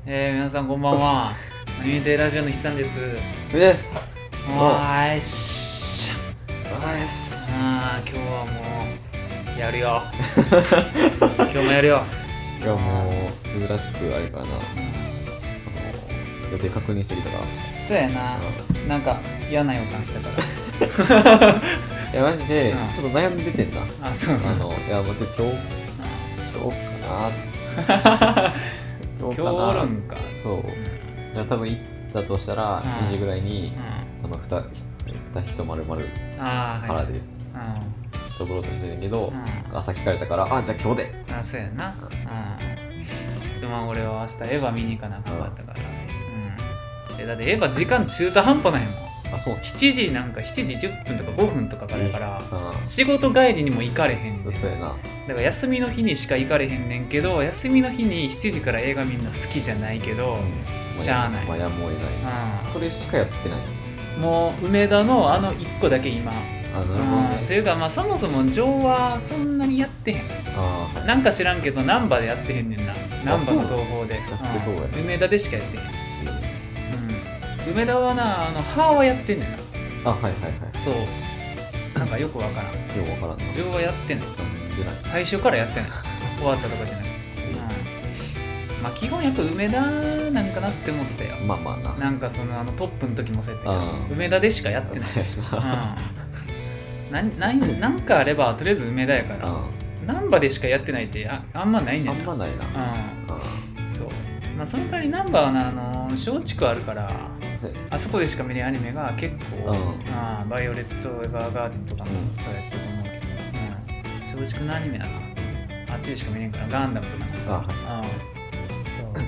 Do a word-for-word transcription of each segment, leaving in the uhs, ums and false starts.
えー、皆さんこんばんは。アニメテラジオの筆さんです。 です。 おーいしおーいっす。 あー、今日はもうやるよ。今日もやるよ。 いやもう珍しくあれからな、あの予定確認してきたから。 そうやな、うん、なんか嫌な予感したからいやマジで、 うん、 ちょっと悩んでてんな。 あ、そうなの。 あのいや待って今日、うん、今日かな今日おるんか。 そう、うん、いや多分行ったとしたら、うん、にじぐらいに、うん、あの 2, 2人丸々からでところとしてるけど、うん、朝聞かれたからあじゃあ今日で。 あ、そうやな、うん、ちょっとまあ俺は明日エヴァ見に行かなかったから、うん、うん、だってエヴァ時間中途半端ないもん。 あ、そう。 しちじなんかしちじじゅっぷんとかごふんとかからやから、うん、仕事帰りにも行かれへんねん。 そうやな。 だから休みの日にしか行かれへんねんけど、休みの日にしちじから映画見るの好きじゃないけど、うん、しゃあない。 まあやむを得ない、うん、それしかやってない。 もう梅田のあのいっこだけ今。 あ、なるほどね。 うん、というかまあそもそも上はそんなにやってへん。 あ、はい、 なんか知らんけど難波でやってへんねんな。難波の東宝で。 やってそうやね、 うん、梅田でしかやってへん。うん、梅田はな、あのハーはやってんねんな。 あ、はいはいはい。 そう。なんかよくわからん。 よくわからんな。 上はやってんの。 出ない。 最初からやってない。終わったとかじゃない。うん。まあ基本やっぱ梅田なんかなって思ったよ。 まあまあな。 なんかそのあのトップの時もそうやったけど、梅田でしかやってない。 そうやな。 うん。な、な、なんかあればとりあえず梅田やから。難波でしかやってないって あ, あんまないねんな。 あんまないな。 うん。そう。まあその代わり難波はな、あの松竹あるから。あそこでしか見れるアニメが結構、うん、あバイオレット・エヴァーガーデンとかもそうやったと思うけど、うん、松竹のアニメやな、あっちでしか見れんからガンダムとかな。 あ、はい、 うん、そう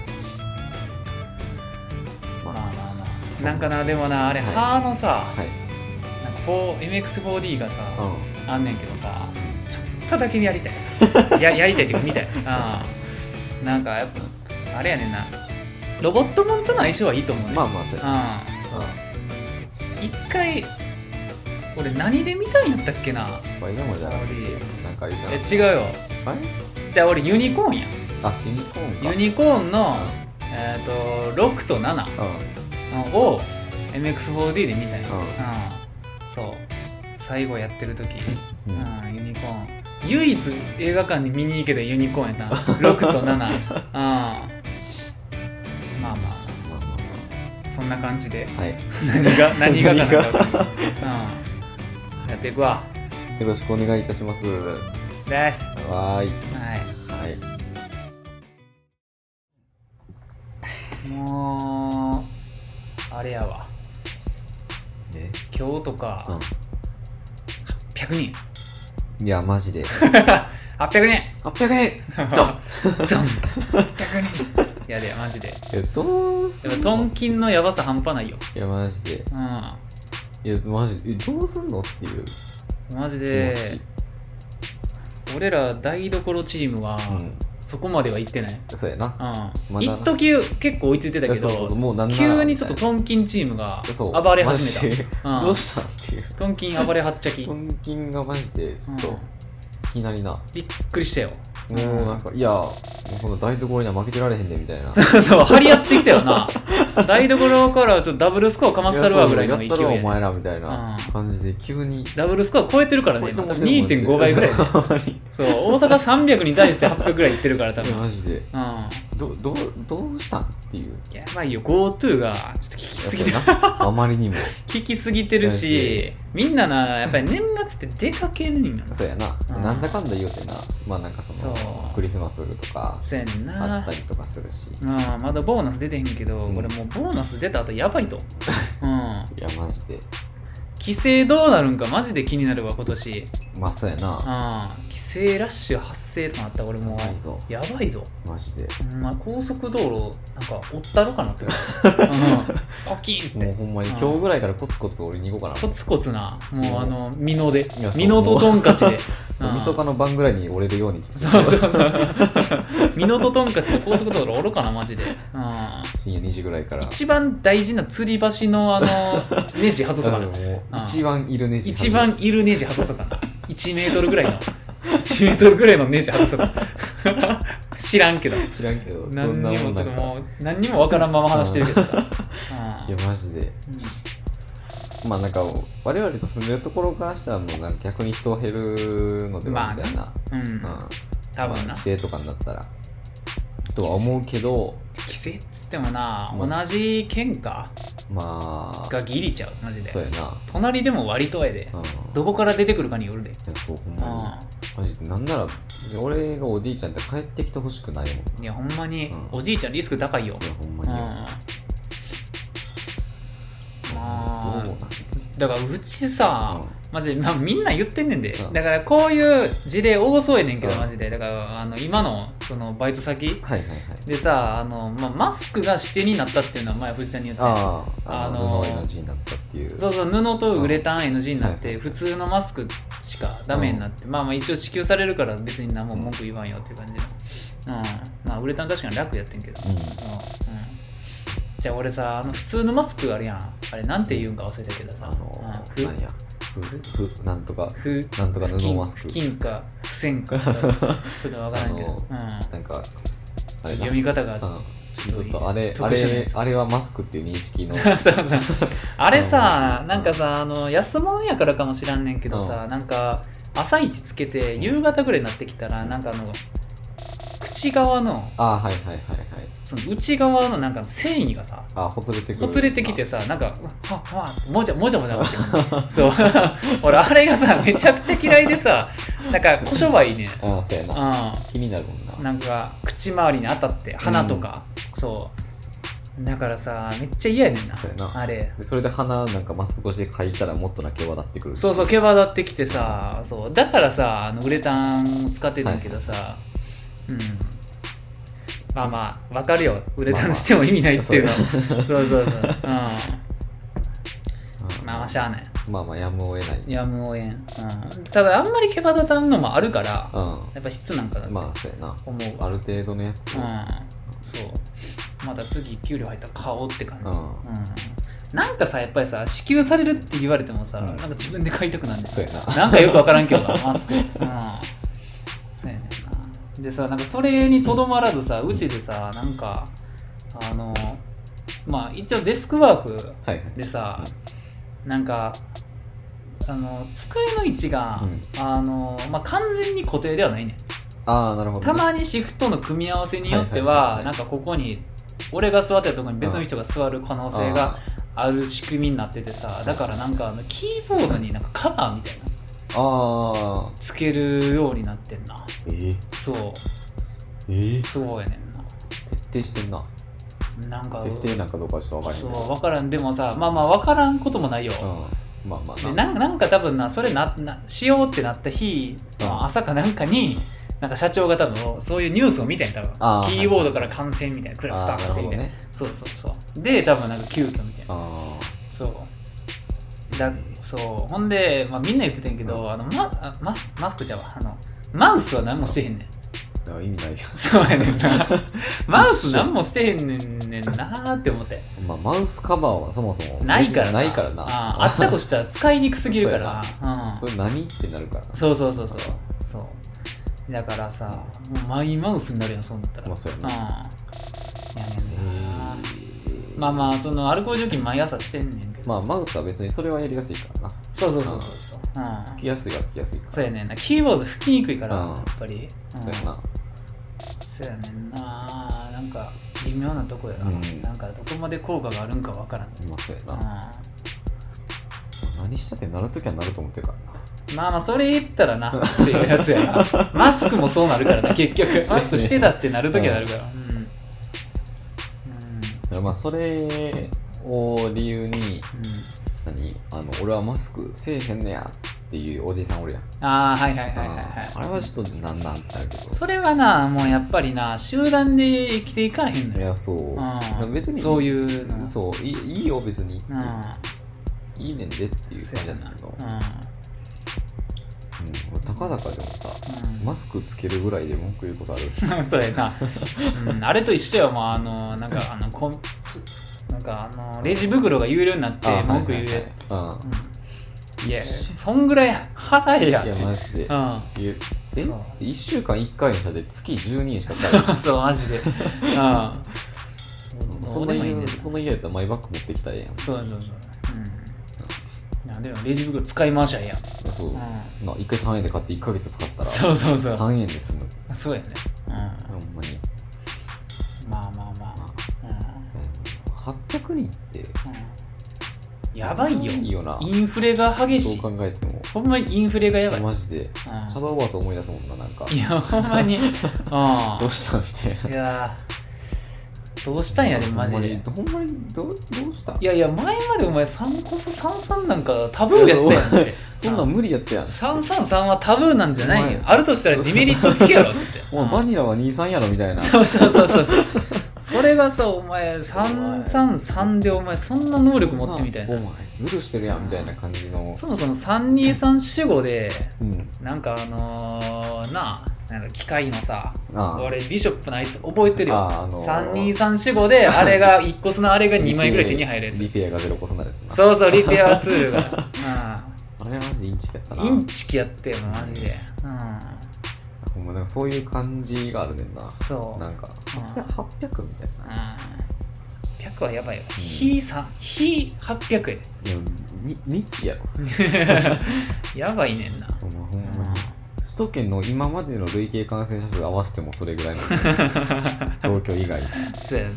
まあまあまあなんかな、でもなあれ、はい、ハーのさ、はい、なんか エムエックスフォーディー がさ、うん、あんねんけどさ、ちょっとだけやりたいや, やりたいっていうか見たい。うん、なんかやっぱあれやねんな、ロボットモンとの相性はいいと思うね。 まあまあそうや。 うん。一回俺何で見たいんだったっけな。 スパイダーマンじゃなくてなんかあれじゃん。 え、違うよ。 あれ？ じゃあ俺ユニコーンや。 あ、ユニコーンか。 ユニコーンの、うん、えっ、ー、とろくとなな、うん、を エムエックスフォーディー で見たい、うんうん、そう最後やってる時、うんうん、ユニコーン唯一映画館に見に行けたユニコーンやったろくとなな、うんまあまあ、まあまあ、そんな感じで、はい、何が何がかなか、うん、やっていくわ。 よろしくお願いいたします。 です。 はーい。 はい。 はい。 もうあれやわ。 ね、 今日とか、うん、はっぴゃくにん。 いやマジで。 はっぴゃくにん。 はっぴゃくにん。ドン。ドン。はっぴゃくにん。いやでマジで。 えどうすんの？ でもトンキンのやばさ半端ないよ。 いやマジで。 うん。 いやマジでえどうすんのっていう。 マジで。俺ら台所チームは、うん、そこまでは行ってない。 そうやな。 うん。一時結構追いついてたけど、 そうそうそうもうなんな急にちょっとトンキンチームが暴れ始めた。 うん、どうしたんっていう。 トンキン暴れはっちゃき。 トンキンがマジでちょっと、うん、いきなりな。 びっくりしたよ。 もうなんか、うん、いやもうこの台所には負けてられへんねみたいな。 そうそう張り合ってきたよな。台所からちょっとダブルスコアかましたるわぐらいの勢いで、 やったろお前らみたいな感じで急に、うん、 ダブルスコア超えてるからね。 にてんご 倍ぐらい。そう大阪さんびゃくに対してはっぴゃくぐらいいってるから多分。 マジで、 うん、 ど, ど, どうしたんっていう。 やばいよ GoTo がちょっと効きすぎてあまりにも効きすぎてるし、みんななやっぱり年末って出かけるんよな。 そうやな、うん、なんだかんだ言うてな、まあなんかそのクリスマスとかそうやねんなあったりとかするし、 まあ、まだボーナス出てへんけど、うん、これもうボーナス出た後やばいと、うん、いやマジで規制どうなるんかマジで気になるわ今年。 まあそうやな、 うん、規制ラッシュ発生とかなったら俺もうやばいぞマジで、 まあ、高速道路なんか追ったろかなって、うん、パキーンってもうほんまに今日ぐらいからコツコツ降りに行こうかな。 コツコツなもうあの美濃で美濃とトンカチでみそかの晩ぐらいに折れるようにそうそうそう美濃とトンカチで高速道路おるかなマジで、うん、 深夜にじぐらいから一番大事な吊り橋のあのネジ外そうかな一番いるネジ一番いるネジ外そうかないちメートルぐらいのいちメートルぐらいのネジ外そうかな知らんけど知らんけど何にもちょっともう何にも分からんまま話してるけどさ、うん、いやマジで、うん、まあなんか我々と住んでるところからしたらもうなんか逆に人減るのではみたいな、まあね、うん、うん、多分な、まあ、規制とかになったらとは思うけど規制っつってもな、まあ、同じ県かまあがギリちゃうマジでそうやな隣でも割とやで、うん、どこから出てくるかによるでいやそうほんまにマジでなんなら俺がおじいちゃんって帰ってきてほしくないもんいやほんまに、うん、おじいちゃんリスク高いよいやほんまに、うん、まあだからうちさ、うん、マジで、まあ、みんな言ってんねんで、うん、だからこういう事例多そうやねんけど、うん、マジでだからあの今のそのバイト先、はいはいはい、でさあの、まあ、マスクが指定になったっていうのは前藤さんに言ってああの布 エヌジー になったっていうそうそう布とウレタン エヌジー になって、うん、普通のマスクしかダメになって、うん、まあまあ一応支給されるから別に何も文句言わんよっていう感じで、うん、まあウレタン確かに楽やってんけど、うんうん、じゃあ俺さあの普通のマスクあるやんあれなんて言うんか忘れたけどさあのー、なんやふふなんとかふなんとか布マスク金か不線かちょっとわからんけど、うん、 なんかあれ読み方が、うん、 ちょっとあれあれあれはマスクっていう認識のそうそうあれさなんかさあの安物やからかもしらんねんけどさ、うん、なんか朝一つけて夕方ぐらいになってきたら、うん、なんかあの口側のあはいはいはいはいその内側のなんか繊維がさあほつれてくるほつれてきてさなんかははもじゃもじゃもじゃもじゃそう俺あれがさめちゃくちゃ嫌いでさなんかこしょばいいねあそうやな、うん、気になるもんななんか口周りに当たって鼻とか、うん、そうだからさめっちゃ嫌やねんな、 そうやなあれでそれで鼻なんかマスク越しで嗅いたらもっとな毛羽立ってくるそうそう毛羽立ってきてさそうだからさあのウレタン使ってたんけどさ、はい、うんまあまあ分かるよウレタンしても意味ないっていうのは、まあまあ、そうそうそう、うん、まあまあしゃあないまあまあやむを得ないやむを得ん、うん、ただあんまり毛羽立たんのもあるから、うん、やっぱ質なんかだってまあそうやな思うある程度のやつ、 うん、そうまた次給料入ったら買おうって感じ、うんうん、なんかさやっぱりさ支給されるって言われてもさ、うん、なんか自分で買いたくなるんですよなんかよく分からんけどなマスク、うん、そうやねんなでさなんかそれにとどまらずさうちでさなんかあのまあ一応デスクワークでさ、はいはい、なんかあの机の位置が、うん、あのまあ、完全に固定ではないねんあーなるほど、ね、 たまにシフトの組み合わせによっては、はいはいはいはい、なんかここに俺が座ってたところに別の人が座る可能性がある仕組みになっててさだからなんかあのキーボードになんかカバーみたいなあつけるようになってんなえー、 そうえー、 そうやねんな徹底してんななんか徹底なんかどうかちょっと分からんけどそう分からんでもさまあまあ分からんこともないよ、 うん、まあまあななんかなんか多分なそれななしようってなった日、うん、朝かなんかになんか社長が多分そういうニュースを見てん多分キーボードから感染みたいなクラスター発生みたいな、ね、そうそうそうで多分なんか急遽みたいなあそうだそうほんで、まあ、みんな言ってたんやけど、うん、あの マ, マ, スマスクじゃわあのマウスは何もしてへんねん意味ないよそうやねんなマウス何もしてへんねんねんなーって思って、 まあ、マウスカバーはそもそもないからさないからなあ, あったとしたら使いにくすぎるからそ, うん、それ何ってなるからそうそうそうそうそうだからさもうマイマウスになるやんそうなったらまあそうやな、うん、やねんなまあまあそのアルコール除菌毎朝してんねんけどまあマウスは別にそれはやりやすいからなそうそうそうそう、うん、 拭きやすいは拭きやすいからそうやねんなキーボード拭きにくいから、うん、やっぱり、 うん、そうやなそうやねんななんか微妙なとこやな、うん、なんかどこまで効果があるんかわからんねんまあそうやな、うん、何したってなるときはなると思ってるからなまあまあそれ言ったらなっていうやつやなマスクもそうなるからな結局マスクしてたってなるときはなるから、うんうん、まあそれを理由に、うん、何あの俺はマスクせえへんねやっていうおじさんおるやんああはいはいはいはい、はい、 あれはちょっとなんなんってあるけどそれはなもうやっぱりな集団で生きていかれへんのよいやそう、うん、別にそういうそうい い, いいよ別に、うん、いいねんでっていう感じなんだけどうん、たかだかでもさ、うん、マスクつけるぐらいで文句言うことあるそうやな、うん、あれと一緒よもうあのなんかあのこなんかあのレジ袋が有料になって文句言う、はいはいはいうん、 いやそんぐらい払えや。 いやマジで、うん、ええいっしゅうかんいっかいの車で月じゅうにえんしかかかそうそうマジで、うん、 そんな嫌やったらマイバッグ持ってきたらええやん。 そうそうそう、うん、なんでもレジ袋使い回しゃええやん。 そう、うん、ないっかいさんえんで買っていっかげつ使ったらそうそうそうさんえんで済む。 そうやね、うん、ほんまにまあまあまあ、まあうん、 はっぴゃくにんって、うん、 やばいよ。 いいよな。 インフレが激しい。 そう考えてもほんまにインフレがやばい。 マジで、うん、シャドーバース思い出すもんな。なんかいやほんまにどうしたみたいな。 いやどうしたんやねマジで。 ほんまにどう、どうしたん。 いやいや前までお前さんこそさんさんなんかタブーやったやんってそんなん無理やったやん。 さんさんさんはタブーなんじゃないよ。あるとしたらデメリットつけやろってお前バニラはにじゅうさんやろみたいな。 そうそうそうそうそうそれがさお前さんさんさんでお前そんな能力持ってみたいな。 お前ズルしてるやんみたいな感じの。 そもそもさんにさんよんごで、 うん、なんかあのー、なあなんか機械のさ、ああ俺ビショップのあいつ覚えてるよ、あ、あのー、さんにさんよんごであれがいっこそのあれがにまいぐらい手に入るやつ。 リペアがゼロこそなるやつな。 そうそうリペアツールがああれはマジでインチキやったな。 インチキやってよマジで、うん、 ほんまなんかそういう感じがあるねんな。 そうなんかはっぴゃくみたいな、うん、 はっぴゃくはやばいよ、うん、ひはっぴゃくやで。 いや日やろやばいねんな。 ほんまほんまに首都圏の今までの累計感染者数合わせてもそれぐらいの東京以外。 そうやな、うんうん、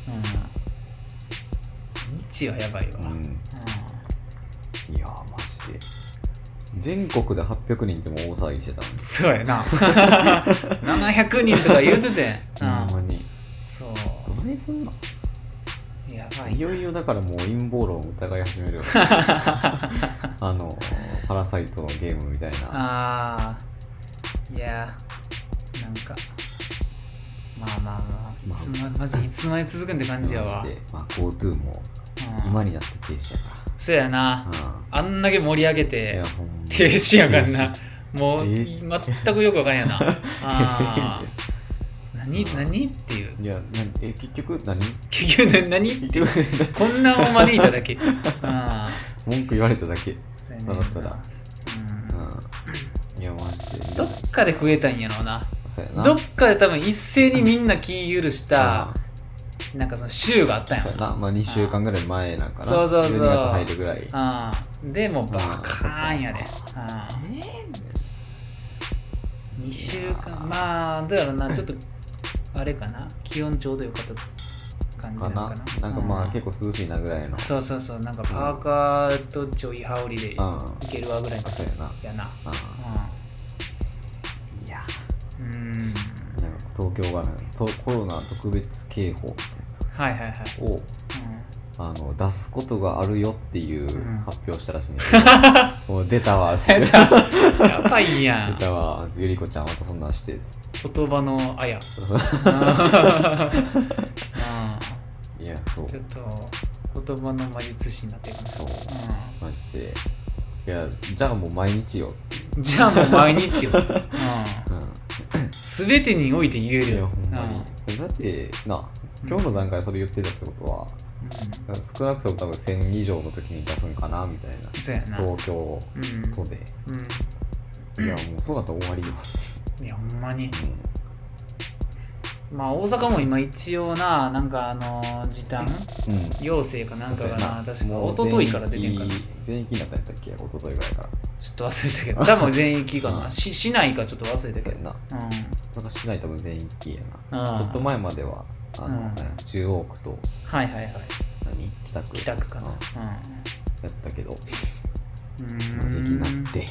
日はやばいわ、うんうん、 いやマジで全国ではっぴゃくにんっても大騒ぎしてたもん。 そうやなななひゃくにんとか言うててほんまに。 そう何すんの。 やばい。 いよいよだからもう陰謀論を疑い始めるよあのパラサイトのゲームみたいな。 ああいやなんかまあまあまあ、まあ、いつまマジいつまで続くんって感じやわ。 まあ GoTo も今になって停止やから。 そうやな、うん、あんだけ盛り上げて停止やからな。もう全くよくわかんやなあ何何っていう。 いやえ結局何結局何何っていうこんなを招いただけあ文句言われただけだったら、 うんうん、いやマジでどっかで増えたんやろうな。 そうやな。 どっかで多分一斉にみんな気許したなんかその週があったんやろな。な、まあ、にしゅうかんぐらい前なんかな。 そうそうそうじゅうにがつ入るぐらい。 あでもバカーンやで、あえー、にしゅうかんまあどうやろうなちょっとあれかな気温ちょうどよかった感じなのかな。 なんかまあ結構涼しいなぐらいの。 そうそうそうなんかパーカーとちょい羽織でいけるわぐらいのそうやな。 やな。 いやうんなんか東京がねコロナ特別警報みたいな、 はいはいはい、 を、うん、あの出すことがあるよっていう発表したらしいね、うん、もう出たわやばいやん出たわゆりこちゃんまたそんなんして言葉のあやいやそうちょっと言葉の魔術師になってるからそう、うん、 マジでいやじゃあもう毎日よじゃあもう毎日よ、うんうん、全てにおいて言えるよ。 ほんまに、うん、だってな今日の段階それ言ってたってことは、うん、少なくとも多分せん以上の時に出すんかなみたいな。 そうやな東京都で、うんうん、いやもうそうだったら終わりよっていやほんまに、うん、まあ大阪も今一応ななんかあの時短、うん、要請かなんかがな確か一昨日から出てんかな。 全域になったんやったっけ一昨日ぐらいからちょっと忘れたけど多分全域かな、うん、し市内かちょっと忘れたけどな、うん、なんか市内多分全域やな、うん、ちょっと前まではあの、うん、中央区とはいはいはい何北区北区かな、うん、やったけど同じになって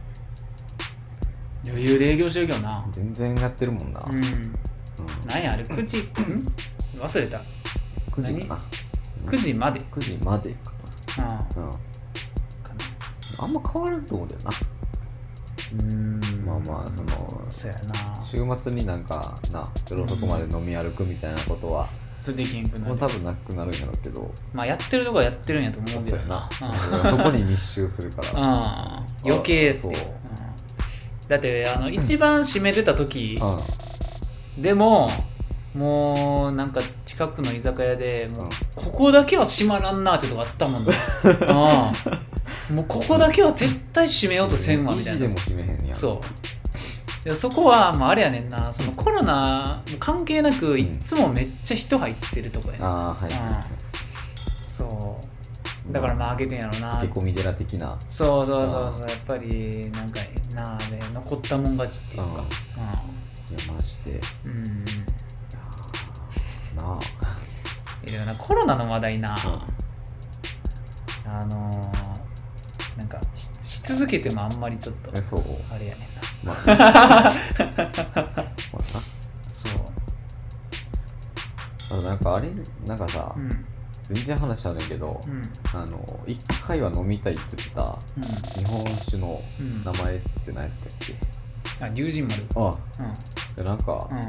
余裕で営業してるけどな全然やってるもんな、うんうん、 何やあれくじ忘れたくじかなくじまでくじまでかな、うんうんあんま変わらんと思うんだよな。うーんまあまあそのそうやな週末になんかな夜遅くまで飲み歩くみたいなことは、 うん、できんくなるもう多分なくなるんやろうけどまあやってるとこはやってるんやと思うけどなそうやな、うん、そこに密集するから、 うん、余計っていう、うん、だってあの一番閉めてた時、うん、でももうなんか近くの居酒屋でもう、うん、ここだけは閉まらんなってとこあったもんね、うんもうここだけは絶対閉めようとせんわみたいな。 意地でも閉めへんやん。 そうでそこはもうあれやねんな、そのコロナ関係なくいつもめっちゃ人入ってるとこやねん、 うん、ああはいはい、はい、 そうだからまあ開けてんやろな、 駆け込み寺的な。 そうそうそうそう、やっぱりなんかなあね、残ったもん勝ちっていうか、うん、いやマジで、 うん、いやなあいるよなコロナの話題な、 うん、 あのー、なんか し, し続けてもあんまりちょっとそうあれやねんな、 まあ、まあ、そうなんかあれなんかさ、うん、全然話あるんやけど、うん、あの一回は飲みたいって言った、うん、日本酒の名前って何やったっけ、 うん、あ龍神丸、 あ、うん、でなんか、うん、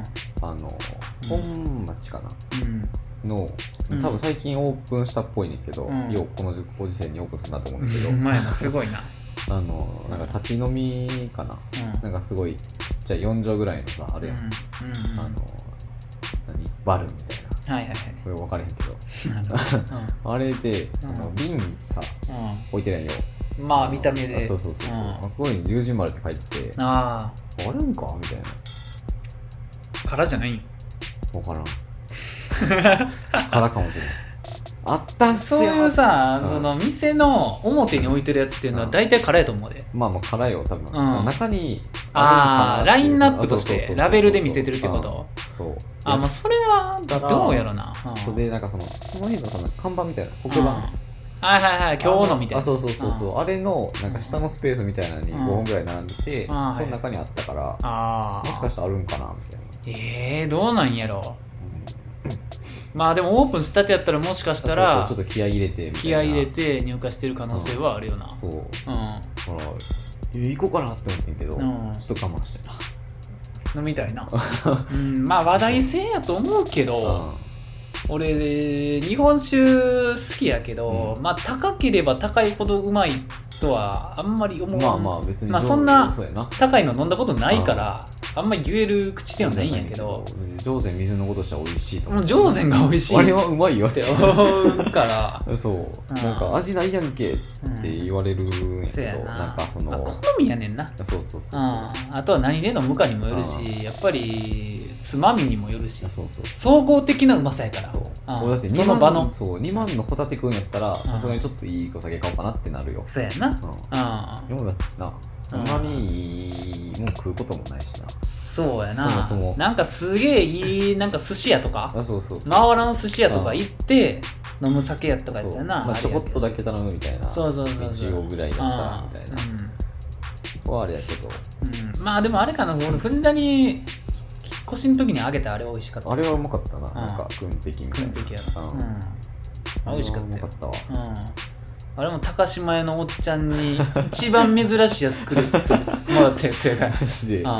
あの本町かな、うん、の多分最近オープンしたっぽいねんけど、うん、ようこのご時世にオープンするなと思うんだけど、 うまいなすごいなあのなんか立ち飲みかな、うん、なんかすごいちっちゃいよん畳ぐらいのさあるやん、うんうんうん、あの何バルみたいな、はいはいはい、これ分からへんけど、うん、あれで、うん、あの瓶さ、うん、置いてるやんよ、 まあ見た目で、 そうそうそうそう、うん、ここに龍神丸って書いてて、あああるんかみたいな、 空じゃないん分からん空かもしれないあったんすよ。 そういうさ、うん、その店の表に置いてるやつっていうのは大体辛いと思うで、 うん、まあまあ辛いよ多分、うん、中にああラインナップとしてラベルで見せてるってこと、 そう、 あまあそれはどうやろな、 うん、それでなんかそのその日のその看板みたいな黒板、うん、 はいはいはい今日のみたいな、 あそうそうそうそう、あれのなんか下のスペースみたいなのにごほんぐらい並んでて、うん、その中にあったから、あもしかしたらあるんかなみたいな。 えーどうなんやろ、まあでもオープンしたてやったらもしかしたらそうそうちょっと気合い入れてみたいな、 気合い入れて入荷してる可能性はあるよな、 うん、そう、うん、ほら行こうかなって思ってんけど、うん、ちょっと我慢してな飲みたいな、うん、まあ話題性やと思うけど、うん、俺日本酒好きやけど、うん、まあ高ければ高いほどうまいとはあんまり思う、 まあまあ別に、 まあ、そんな高いの飲んだことないからあんまり言える口ではないんやけど、 上善水のことしたら美味しいと思う。 上善が美味しいあれはうまいよって思うからそう、うん、なんか味ないやんけって言われるんやけど、うん、な, なんかその好みやねんな。 そうそうそうそう、うん、 あとは何で飲むかにもよるし、やっぱりつまみにもよるし、 そうそう総合的なうまさやから。そう、 うん、だってにまん の, 場のそうにまんのホタテくんやったらさすがにちょっといいお酒買おうかなってなるよ。 そうやな、うん、 でもだってなそんなにもう食うこともないしな。 そうやな。 そもそもなんかすげえいいなんか寿司屋とかあそうそうそうマワラの寿司屋とか行って飲む酒やったかやったよな、 まあ、ちょこっとだけ頼むみたいな。 そうそうそうそういちごぐらいだったらみたいな、うん、はあれやけど、 うん、まあでもあれかな、俺藤田に引っ越しの時に揚げたあれは美味しかった。 あれはうまかったな、うん、なんか軍璧みたいな。 軍璧やな、うん、あ美味しかったよ。 うまかったわ、 うん、あれも高島屋のおっちゃんに一番珍しいやつ作れって言ってもらったやつやからマジで、うん、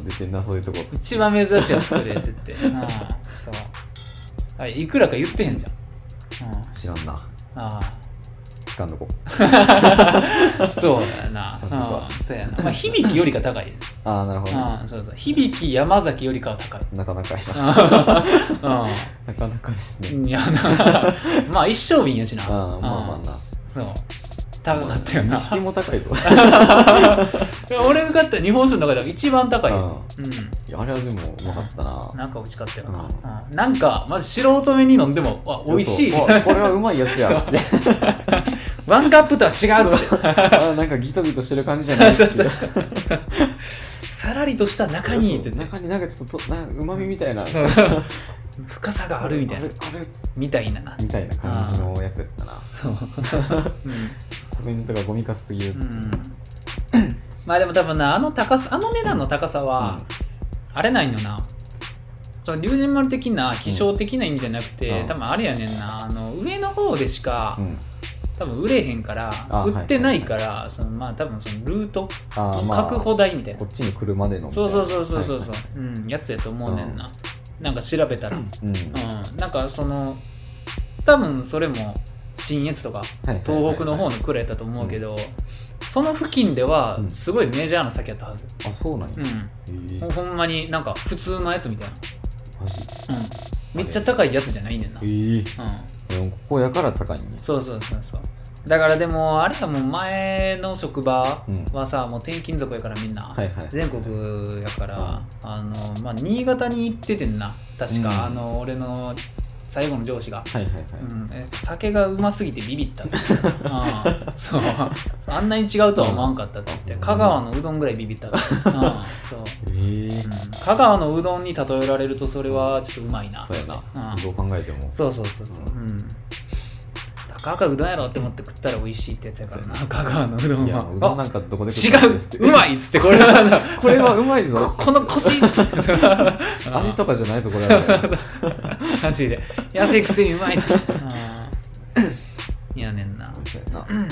出てんなそういうとこ一番珍しいやつ作れって言ってあそうあれいくらか言ってへんじゃん、うん、 知らんなあ聞かんとこそうだよな、うん、そうやな、まあ、響よりか高いああなるほど、ね、 うん、そうそう響山崎よりかは高い。 なかなかいな、うん、なかなかですね。 いやまあ一升瓶やしな。 あまあまあなそう高かったよな。 錦も高いぞ俺が買った日本酒の中では一番高いよ、 うん、いやあれはでもうまかったな。 なんか美味しかったよな、うんうん、なんかまず素人目に飲んでもあ美味しいこれはうまいやつやってワンカップとは違うっつってあなんかギトギトしてる感じじゃないそうそうそうさらりとした中にそうそう中になんかちょっとうまみみたいな深さがあるみたいなみたいななみたいな感じのやつやったな。そう、うん、コメントがゴミかすすぎるって、うん、 まあでも多分なあの高さあの値段の高さは、うん、あれないのなその龍神丸的な希少的な意味じゃなくて、うん、多分あれやねんなあの上の方でしか、うん多分売れへんから売ってないから、はいはいはい、そのまあ多分そのルートの確保代みたいな、 まあ、こっちに来るまでのそうそうそうそうそう、はいはいうん、やつやと思うねんな、うん、なんか調べたら、うんうん、なんかその多分それも信越とか、はいはいはいはい、東北の方の蔵やったと思うけど、うん、その付近ではすごいメジャーな酒やったはず、 うん、あそうなんや、 うん、もうほんまになんか普通のやつみたいなマジ、うん、めっちゃ高いやつじゃないねんな、 えーうん、ここやから高いんや。 そうそうそうそうだからでもあれはもう前の職場はさ、うん、もう転勤族やからみんな、はいはい、全国やから、うん、あのまあ、新潟に行っててんな確か、うん、あの俺の最後の上司が、はいはいはいうん、え酒がうますぎてビビったってあそうあんなに違うとは思わんかったって言って、うん、香川のうどんぐらいビビったって、うんそうえーうん、香川のうどんに例えられるとそれはちょっとうまいなそうやな、うん、どう考えてもそうそうそうそう、うんうん香川うどんやろって思って食ったら美味しいってやつやからな香川のうどんは。いやうどんなんかどこで食ったんですって違ううまいっつってこれはこれはうまいぞこのコシっつって味とかじゃないぞこれはマジで安いくせにうまいっつっていやねんなそうやな、うん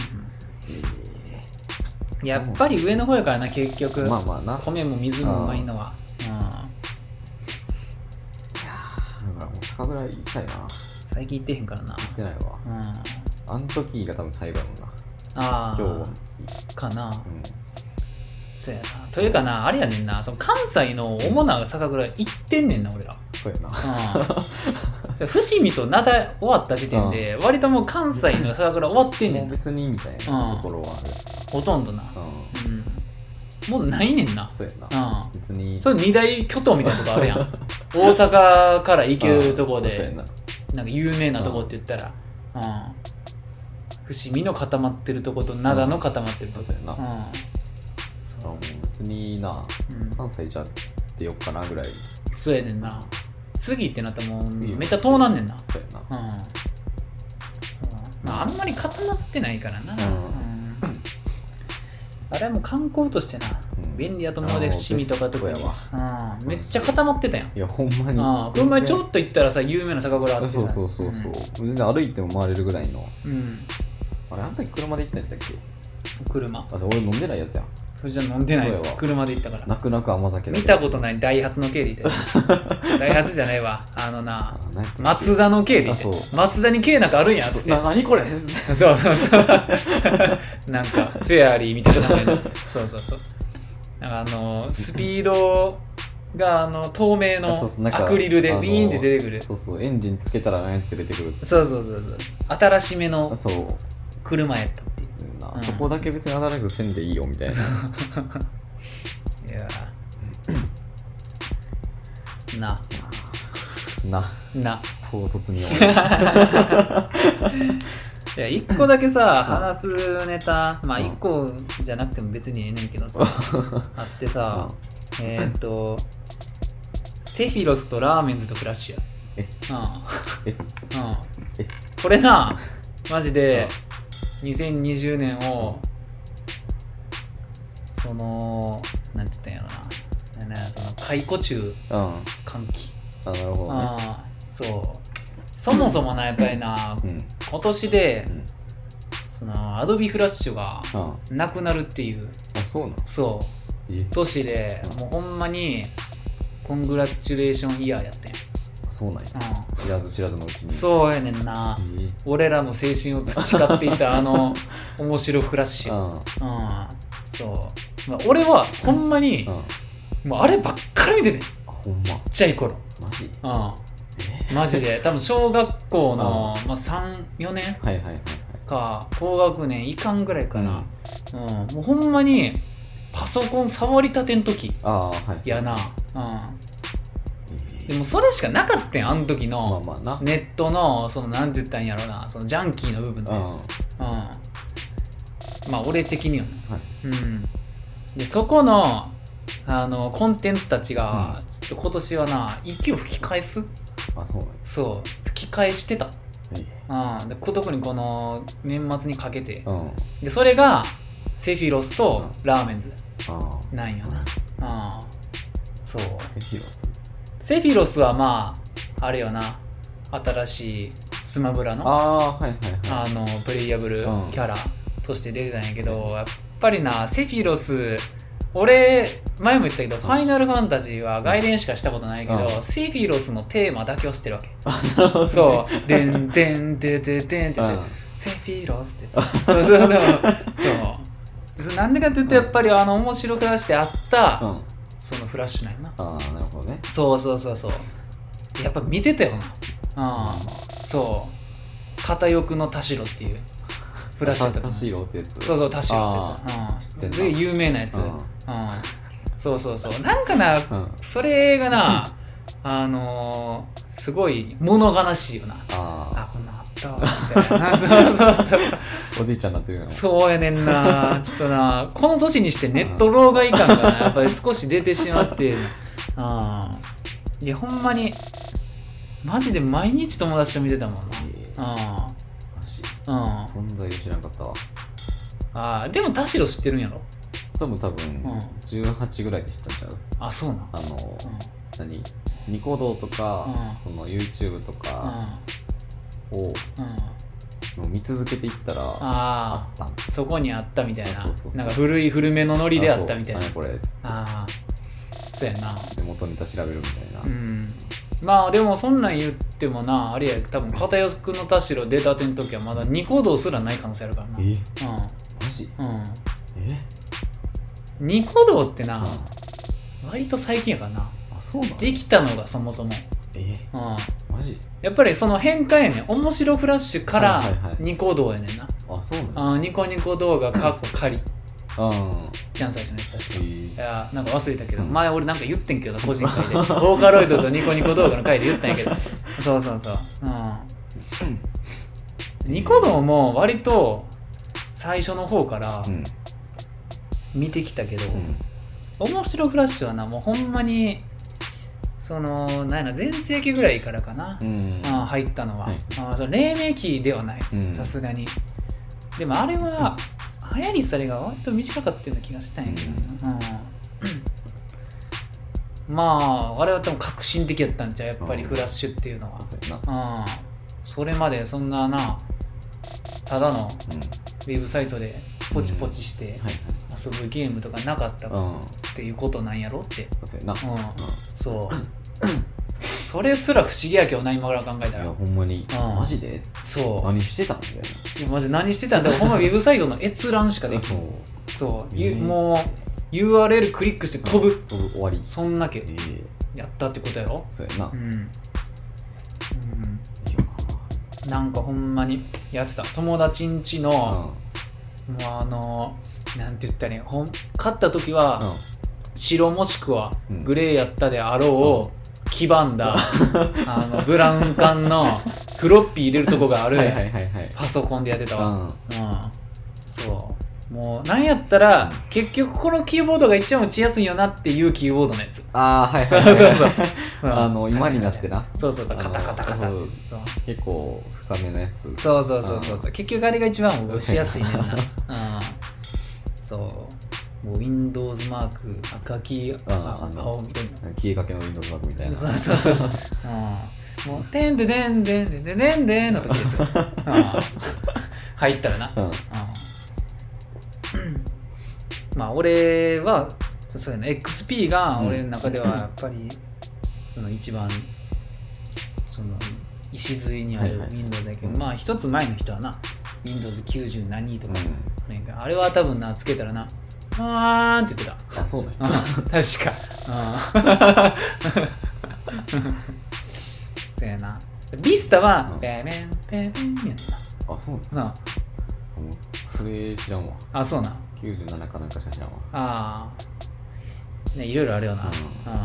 えー、やっぱり上の方やからな結局まあまあな米も水もうまいのはうんいやだからもう酒蔵行きたいな最近行ってへんからな行ってないわ、うん、あの時が多分最後やもんなああ今日かな、うん、そうやなというかなあれやねんなその関西の主な酒蔵行ってんねんな俺らそうやな、 うん、伏見と灘終わった時点で、うん、割ともう関西の酒蔵終わってんねんもう別にみたいなところはある、 うん、ほとんどな、うんうんもうないねんな。 そうやな。うん、別に。 それ二大巨頭みたいなとこあるやん。大阪から行けるとこで、そうやな。なんか有名なとこって言ったら、うん、伏見の固まってるとこと灘の固まってるとこ。そうやな。うん、 そうもう別にな、うん、関西じゃってよっかなぐらい。 そうやねんな。次ってなったらもうめっちゃ遠なんねんな。 そうやな。うん。そうまああんまり固まってないからな。うんうんあれはもう観光としてな、うん、便利やと思うで伏見とかとかやわ、うん、めっちゃ固まってたやん。 いやほんまにあほんまにちょっと行ったらさ有名な酒蔵あってさそうそうそうそう、うん、全然歩いても回れるぐらいの、うん、あれあの時車で行ったんやったっけ車あそう俺飲んでないやつやんそれじゃ飲んでないやつ車で行ったから泣く泣く甘酒見たことないダイハツの軽で行ったダイハツじゃないわあのなマツダの軽で行ったマツダに軽なんかあるんやつってな何これそうそうそうなんかフェアリーみたいな名前のそうそうそうなんかあのスピードがあの透明のアクリルでウィーンって出てくるそうそうエンジンつけたらなんって出てくるそうそうそうそう新しめの車やったっていううん、そこだけ別に新しくせんでいいよみたいないやななな唐突に終わるいや一個だけさ話すネタまあ一個じゃなくても別にええねんけどさあってさえーっとセフィロスとラーメンズとクラッシュやえうんえうんえこれなマジでにせんにじゅうねんをそのなんて言ったんやろな、なその解雇中歓喜、 うん、あなるほど、ね、あそうそもそもなやっぱりな、うん、今年で、うん、そのアドビフラッシュがなくなるっていう、 あそうなんそう年で、うん、もうほんまにコングラチュレーションイヤーやってんそうなんや、うん、知らず知らずのうちにそうやねんな、えー、俺らの青春を培っていたあの面白フラッシュ、うんうん、そう、まあ、俺はほんまに、うん、もうあればっかり見てて、 あほんまちっちゃい頃マジ、 うんえー、マジで多分小学校の、まあ、さん、よねんか、はいはいはいはい、高学年いかんぐらいかな、うんうん、もうほんまにパソコン触りたてん時やな、あ、はいうんでもそれしかなかったんあの時のネットのそのなんて言ったんやろなそのジャンキーの部分で、うんうん、まあ俺的にはね、はいうん、でそこのあのコンテンツたちがちょっと今年はな息を吹き返すあそうなんそう吹き返してた、はいうん、で特にこの年末にかけて、うん、でそれがセフィロスとラーメンズなんよな、うん、そうセフィロスセフィロスはまああれよな新しいスマブラのあ、はいはいはい、 あのプレイヤブルキャラとして出てたんやけど、うん、やっぱりなセフィロス俺前も言ったけど、うん、ファイナルファンタジーは外伝しかしたことないけど、うん、セフィロスのテーマだけを知ってるわけそうでんでんでででんって言って、うん、セフィロスって言ってそうそうそうそうなんでかって言うとやっぱりあの面白くらしてあった、うんそのフラッシュなんやなああなるほどねそうそうそうそうやっぱ見てたよなうんそう片翼の田代っていうフラッシュとかタシーロってやつ。 そうそうタシーロってやつ、うん、で有名なやつ、うんうん、そうそうそうなんかな、うん、それがなあのー、すごい物悲しいよな。ああこんなんあったわみたいなそうそうそうおじいちゃんになってるよ。 そうやねんなちょっとなこの年にしてネット老害感がなやっぱり少し出てしまってあいやほんまにマジで毎日友達と見てたもんな、えー、あうん、存在を知らなかったわ。 あでも田代知ってるんやろ。 多分多分、うん、じゅうはちぐらいで知ったんちゃう。 あそうなんあの、うん、何ニコ動とか、うん、その YouTube とかを、うん、もう見続けていったらあった。そこにあったみたいな。そうそうそう、なんか古い古めのノリであったみたいな。 あこれああそうやな。 で元ネタ調べるみたいな。 うんまあでもそんなん言ってもなあれや多分片寄くの田代出たての時はまだニコ動すらない可能性あるからな。 えうんマジうんえニコ動ってな、うん、割と最近やからな。 あそうなの。 できたのがそもそもえうんマジやっぱりその変換やねん。面白フラッシュからニコ動やねんな、はいはい、あそうなの。 あニコニコ動画かっこ仮あ一番最初のやつ確か、えー、いやなんか忘れたけど、うん、前俺なんか言ってんけど個人会でボーカロイドとニコニコ動画の回で言ったんやけどそうそうそう、うん、ニコ動も割と最初の方から見てきたけど、うん、面白フラッシュはなもうほんまにそのなんやな全盛期ぐらいからかな、うん、あ入ったのは、はい、あそ黎明期ではないさすがに。でもあれは、うん流行りされが割と短かったような気がしたんやけどな、うんうん、まああれは多分革新的やったんちゃうやっぱりフラッシュっていうのは、うん、それまでそんななただのウェブサイトでポチポチして遊ぶゲームとかなかったっていうことなんやろって、 そうやな、 うんうん、そうそれすら不思議やけどな今から考えたら。 いやほんまに、うん、マジでそう何してたんみたいな。 いやマジ何してたんだほんまウェブサイトの閲覧しかできない。そうそう、えー、もう ユーアールエル クリックして飛ぶ、うん、 飛ぶ終わりそんだけやったってことやろ。 そうやな、 うん、うん、なんかほんまにやってた友達んちの、うん、もうあのなんて言ったらいいほん買った時は、うん、白もしくはグレーやったであろう、うん黄ばんだあのブラウン管のフロッピー入れるとこがあるパソコンでやってたわ、うんうん、そうもうなんやったら、うん、結局このキーボードが一番打ちやすいよなっていうキーボードのやつ。 ああはいはいはい、はい、そうそうそう、うん、あの今になってなそうそうそうカタカタカタそう結構深めのやつそうそうそうそうそう結局あれが一番打ちやすいねんな、うん、そうもう Windows マーク赤黄ああ青みたいな消えかけの Windows マークみたいなそうそうそうそう、うん、もうてんででんでんでんでんでんでんの時ですよ、うん、入ったらな、うんうん、まあ俺はそうやな エックスピー が俺の中ではやっぱりその一番その礎にある Windows だけど、はいはい、まあ一つ前の人はな ウィンドウズきゅうじゅう 何とか、うん、あれは多分なつけたらなあーんって言ってた。あ、そうね。 確か。そうやな。ビスタは、うん、ペペンペペンやった。 あ、そうなの。それ知らんわ。 あ、そうな。 きゅうじゅうななかなんかしか知らんわ。 ああ。ね、いろいろあるよな。うん。うん、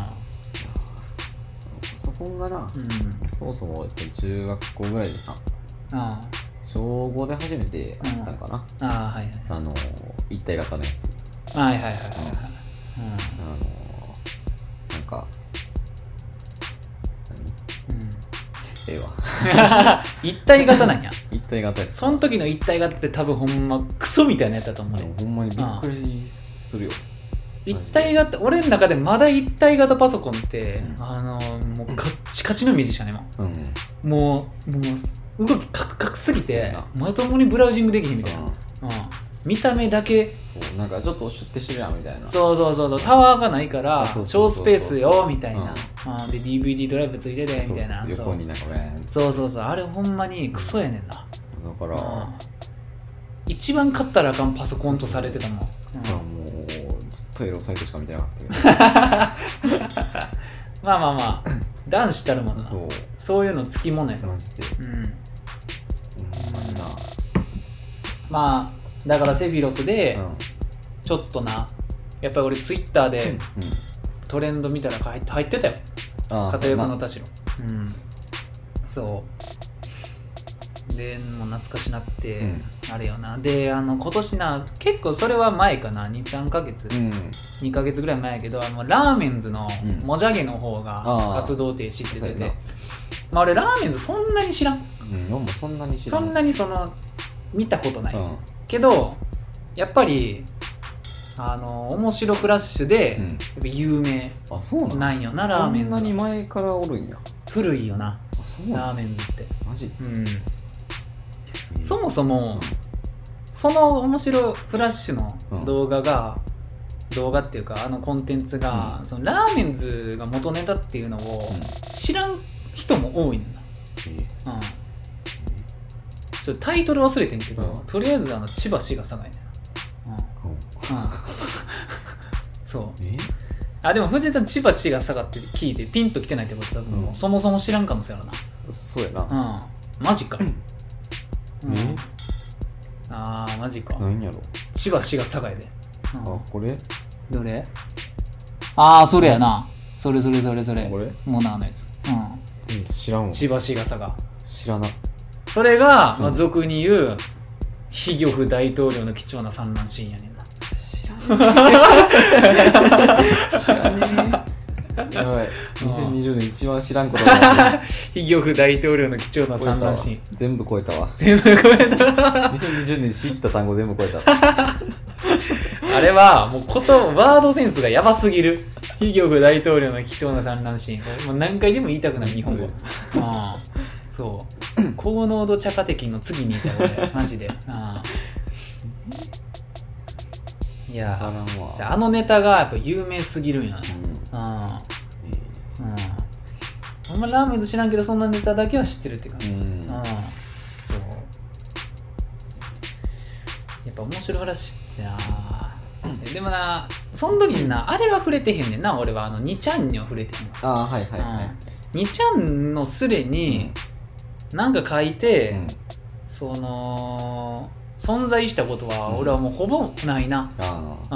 パソコンがな、うん、そもそも中学校ぐらいでな。うん。小ごで初めてあったんかな。 うん、ああ、はいはい。 あの、一体型のやつ。 はいはいはいはい、うん、あのー、なんか何、うん、ええわ一体型なんや一体型やその時の一体型って多分ほんまクソみたいなやつだと思うね。 ほんまにびっくりするよ、 うん、一体型俺の中でまだ一体型パソコンって、うん、あのー、もうカッチカチのイメージしたね今、うん、もうもう動きカクカクすぎてまともにブラウジングできへんみたいな、うんうん、見た目だけそうなんかちょっとシュッてしてるやんみたいな。 そうそうそうそうタワーがないから小スペースよみたいな、うん、で ディーブイディー ドライブついててみたいな。 そうそう横になんかねそうそうそうあれほんまにクソやねんな。だから、うん、 一番買ったらあかんパソコンとされてたもん。だからもうずっとエロサイトしか見てなかったけどまあまあまあ男子たるものな。そうそういうのつきものやろマジで。うんほんまになまあだからセフィロスで、うん、ちょっとなやっぱり俺ツイッターで、うん、トレンド見たら入って入ってたよ片翼の田代。うんそうでもう懐かしなって、うん、あれよなであの今年な結構それは前かな にさんかげつ、うん、にかげつぐらい前やけどあのラーメンズのもじゃげの方が活動停止って言ってて、まあ俺ラーメンズそんなに知らん、 うん、もそんなに知らんそんなにその見たことない、うん、けどやっぱりあの面白フラッシュで、うん、やっぱ有名なんよなラーメンズ。 そんなに前からおるんや。 古いよなラーメンズってマジ、 うん、そもそも、うん、その面白フラッシュの動画が、うん、動画っていうかあのコンテンツが、うん、そのラーメンズが元ネタっていうのを知らん人も多いんだ、うんうん、ちょっとタイトル忘れてんけど、うん、とりあえずあの千葉市が栄えねん、うんうん、そうえあでも藤田千葉市が下がって聞いてピンときてないってことだと思う、うん、そもそも知らんかもしれんな。 そうやな。 うんマジか、うん、あーマジか。 何やろ千葉市が栄で、 うん、あこれどれあーそれやなそれそれそれそれこれモナーのやつ、 うん、知らんわ。 千葉市が栄知らなそれが、まあ、俗に言う非玉布大統領の貴重な産卵シーンやねんな。知らねえやばいにせんにじゅうねん一番知らんことだ非玉布大統領の貴重な産卵シーン全部超えたわ全部超えたにせんにじゅうねん知った単語全部超えたあれはもうことワードセンスがやばすぎる。非玉布大統領の貴重な産卵シーンもう何回でも言いたくなる日本語あそう高濃度茶化的の次にいたよ俺マジであいやじゃあ、あのネタがやっぱ有名すぎるんやね、うんうんうん、あんまラーメンズ知らんけどそんなネタだけは知ってるって感じ、うんうん、そうやっぱ面白い話ってな、うん、でもなその時になあれは触れてへんねんな俺はあのにちゃんには触れてへん。 ああはいはいはい、 うん、にちゃんのスレになんか書いて、うん、その存在したことは俺はもうほぼないな、うん、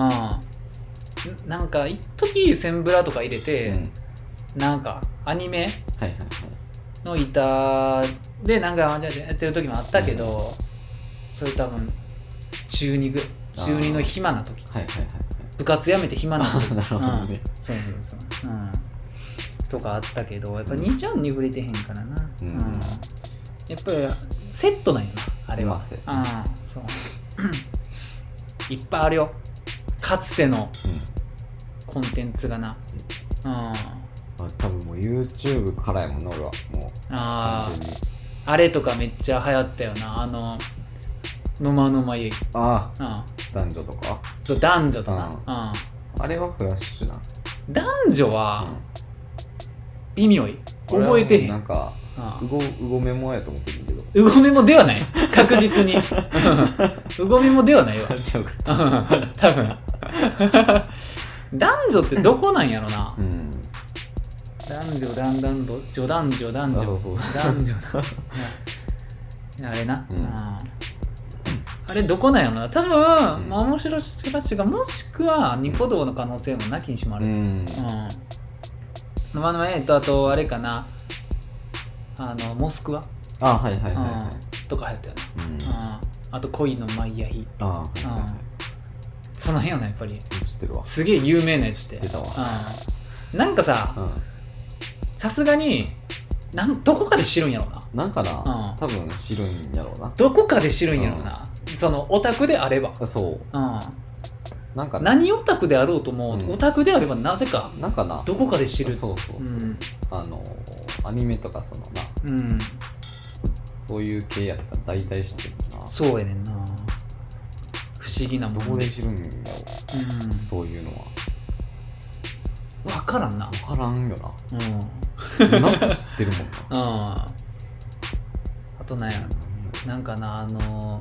うん、なんか一時センブラとか入れて、うん、なんかアニメの板でなんかやってる時もあったけど、うん、それ多分中にぐ中にの暇な時、はいはいはいはい、部活やめて暇な時なるほどね、うん、そうそうそう、うん、とかあったけどやっぱにちゃんに触れてへんからな、うんうん、やっぱりセットなんやなあれは、うん、そういっぱいあるよかつてのコンテンツがな、うん、あ多分もう YouTube からやもんな俺はもうああれとかめっちゃ流行ったよなあののまのまゆいああ、うん、男女とかそう男女とな、うん、 あれはフラッシュな男女は微妙い覚えてへんなんかうご、うごメモやと思ってるけどうごメモではない確実にうごメモではないわ多分男女ってどこなんやろな、うん、男女男男女男女男女そうそうそう男女あれな、うん、あ, あれどこなんやろな多分、うんまあ、面白いフラッシュがもしくはニコ動の可能性もなきにしもある、うんうんまあ、えっとあとあれかなあのモスクワあはいはいはい、はいうん、とか入ったよね、うん、あと恋のマイヤヒあ、はいはいはい、その辺よねやっぱり知ってるわすげえ有名なやつって知ってたわ、 うん、なんかささすがになんどこかで知るんやろうななんかな、うん、多分知るんやろうなどこかで知るんやろうな、うん、そのオタクであればそう、うん、なんか何オタクであろうとも、うん、オタクであればなぜかなんかなどこかで知るそうそう、うん、あのアニメとかそのな、うん、そういう系やったら大体知ってるなそうやねんな不思議なもんどこで知るんやろう、うん、そういうのは分からんな分からんよな、うん、なんか知ってるもんなあとなんやなんかなあの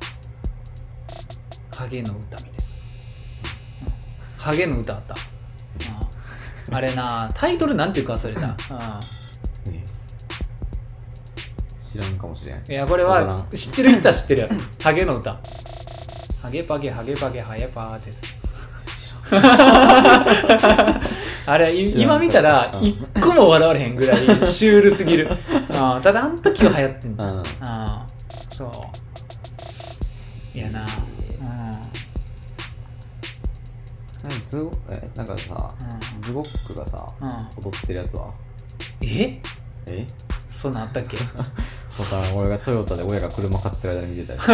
ハゲの歌みたいなハゲの歌あった、うん、あれなタイトルなんていうか忘れた、うん、 知らんかもしれん。 いやこれは知ってる人は知ってるやろ。ハゲの歌。ハゲパゲハゲパゲハヤパーってやつ。あれ今見たら一個も笑われへんぐらいシュールすぎる。あただあの時は流行ってんだ。ああそういやな。 うん、ズゴえなんかさ、うん、ズゴックがさ、うん、踊ってるやつはええそんなんあったっけ？ だから俺がトヨタで親が車買ってる間に見てたよ。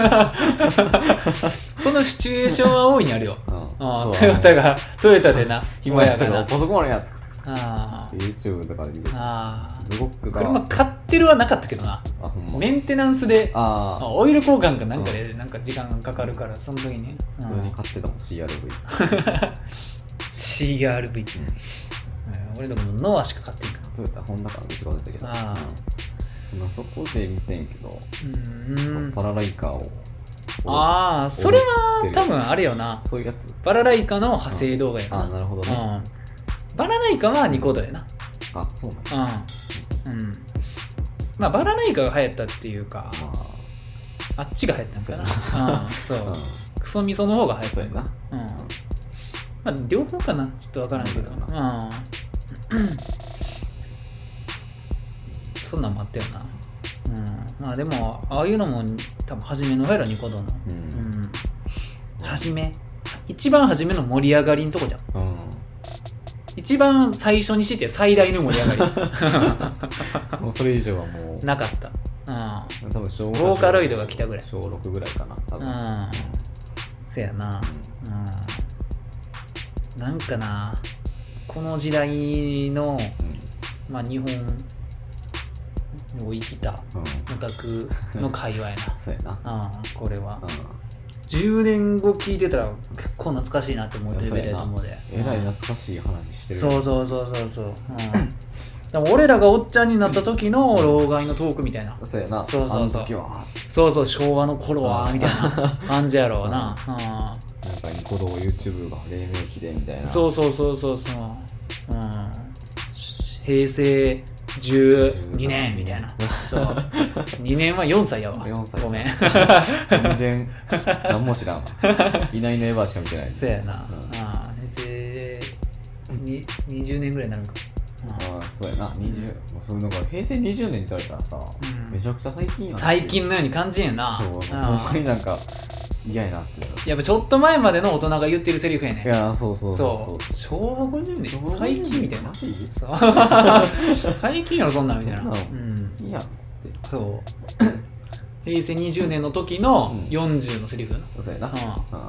そのシチュエーションは大いにあるよ、うん、あトヨタがトヨタでな暇やったからパソコンあるやつあ YouTube とかで見てた。 ズゴックが車買ってるはなかったけどな。 あほんまメンテナンスであオイル交換かなんかでなんか時間がかかるからその時に普通に買ってたもん シーアールブイシーアールブイ、うん、俺のノアしか買ってんからトヨタホンダかなどっちか忘れたけどあ、うん、そこで見てんけどうんパラライカーをああそれは多分あれよな。 そういうやつパラライカの派生動画やな。 ああなるほどね、うんバラライカはニコ動やな。 あ、そうなんや。 うん。うん。まあバラライカが流行ったっていうか、あっちが流行ったんかな。うん、そう。うん、クソミソの方が流行ったんやな。うん。まあ両方かな。ちょっとわからんけど。うん。そんなんもあったよな。うん。まあでもああいうのも多分初めのやろニコ動の。うん。うん、初め。一番初めの盛り上がりのとこじゃん。うん。一番最初にして最大の盛り上がりもうそれ以上はもうなかった、うん、多分小ボーカロイドが来たぐらい小ろくぐらいかな多分、うん、 せやな、うん、なんかなこの時代の、うん、まあ日本を生きたオタクの界隈な、 そうやな、 うん、これは、うんじゅうねんご聞いてたら結構懐かしいなって思ってるレベルだと思うでえらい懐かしい話してるそうそうそうそうそう、うん、でも俺らがおっちゃんになった時の老害のトークみたいなそうやなそうそうそうあの時はそうそう昭和の頃はみたいな感じやろうな、うん、なんかニコ動 YouTube が黎明期でみたいなそうそうそうそうそう、うん、平成じゅうにねんみたいなそうにねんはよんさいやわよんさいごめん全然何も知らんわいないいないばあしか見てないそうやな、うん、あ平成にじゅうねんぐらいになるかああそうやなにじゅう、うん、そういうのが平成にじゅうねんって言われたらさ、うん、めちゃくちゃ最近やな最近のように感じんやなそうほんまになんか嫌やなってやっぱちょっと前までの大人が言ってるセリフやねんいやそうそうそうそう昭和ごじゅうねん最近みたいなそう最近やろそんなんみたいな、うん、 いいやんっつってそう平成にじゅうねんの時のよんじゅうのセリフやな、 うん、そうやな、うん、そう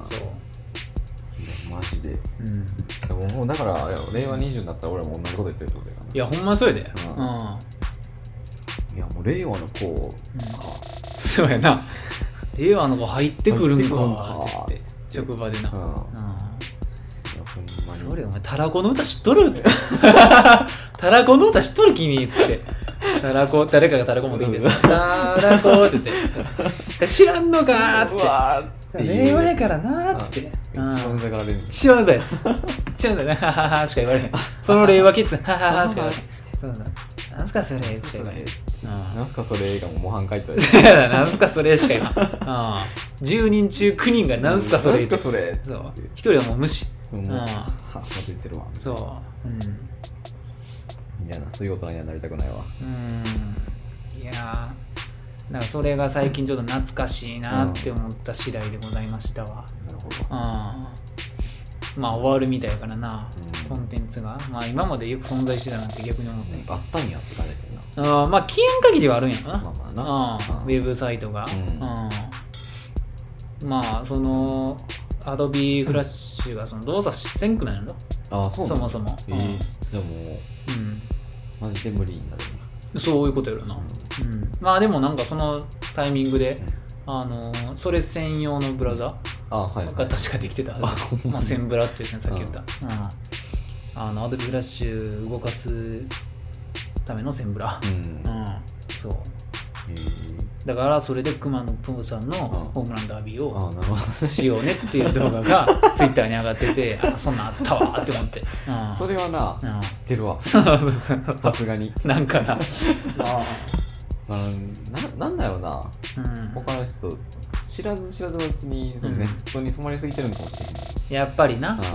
マジで、 うん、 でももうだからあれ令和にじゅうになったら俺も同じこと言ってるってことやな。 いやほんまそうやで、うんうん、 いやもう令和の子か、うん、 そうやな令和の子入ってくるんかって言って職場でな、うんうん、いやほんまにそれお前タラコの歌知っとるっつってタラコの歌知っとる君っつってタラコ誰かがタラコ持ってきてさタラコって言って知らんのかーっつってうわーって令和やからなーっつって一番うざがられる一番うざいやつ一番うざいなはははしか言われへんその令和キッズはははしか言われへんそうだなんすかそれしか言われへんなんすかそれがもう模範解答やなんすかそれしか言わんじゅうにん中くにんがなんすかそれなんすかそれそうひとりはもう無視うんはまずいてるわそううんいやなそういう大人にはなりたくないわうんいやだからそれが最近ちょっと懐かしいなって思った次第でございましたわ、 うん、なるほどうんまあ終わるみたいからな、うん、コンテンツがまあ今までよく存在してたなんて逆に思って、 うん、あったんやって感じだけどなあまあ期限限りはあるんやろな、 まあまあなうん、ウェブサイトが、うん、まあそのアドビフラッシュがその動作せんくないのああそうなんそもそも、 えーうん、でも、うん、マジで無理になるなそういうことやろな、うんうん、まあでもなんかそのタイミングで、うん、あのそれ専用のブラウザあ、はいはい、 が確かできてたはずまあセンブラっていうねさっき言った、うん、あのアドビフラッシュ動かすためのセンブラ、うんうん、そうだからそれで熊野プーさんのホームランダービーをしようねっていう動画がツイッターに上がっててあそんなんあったわって思って、 うん、それはな、うん、知ってるわそうそうそうさすがになんかなあまあ、な, なんだろうな、うん、他の人知らず知らずのうちにそのネットに染まりすぎてるのかもしれない、 うん、やっぱりな、うん、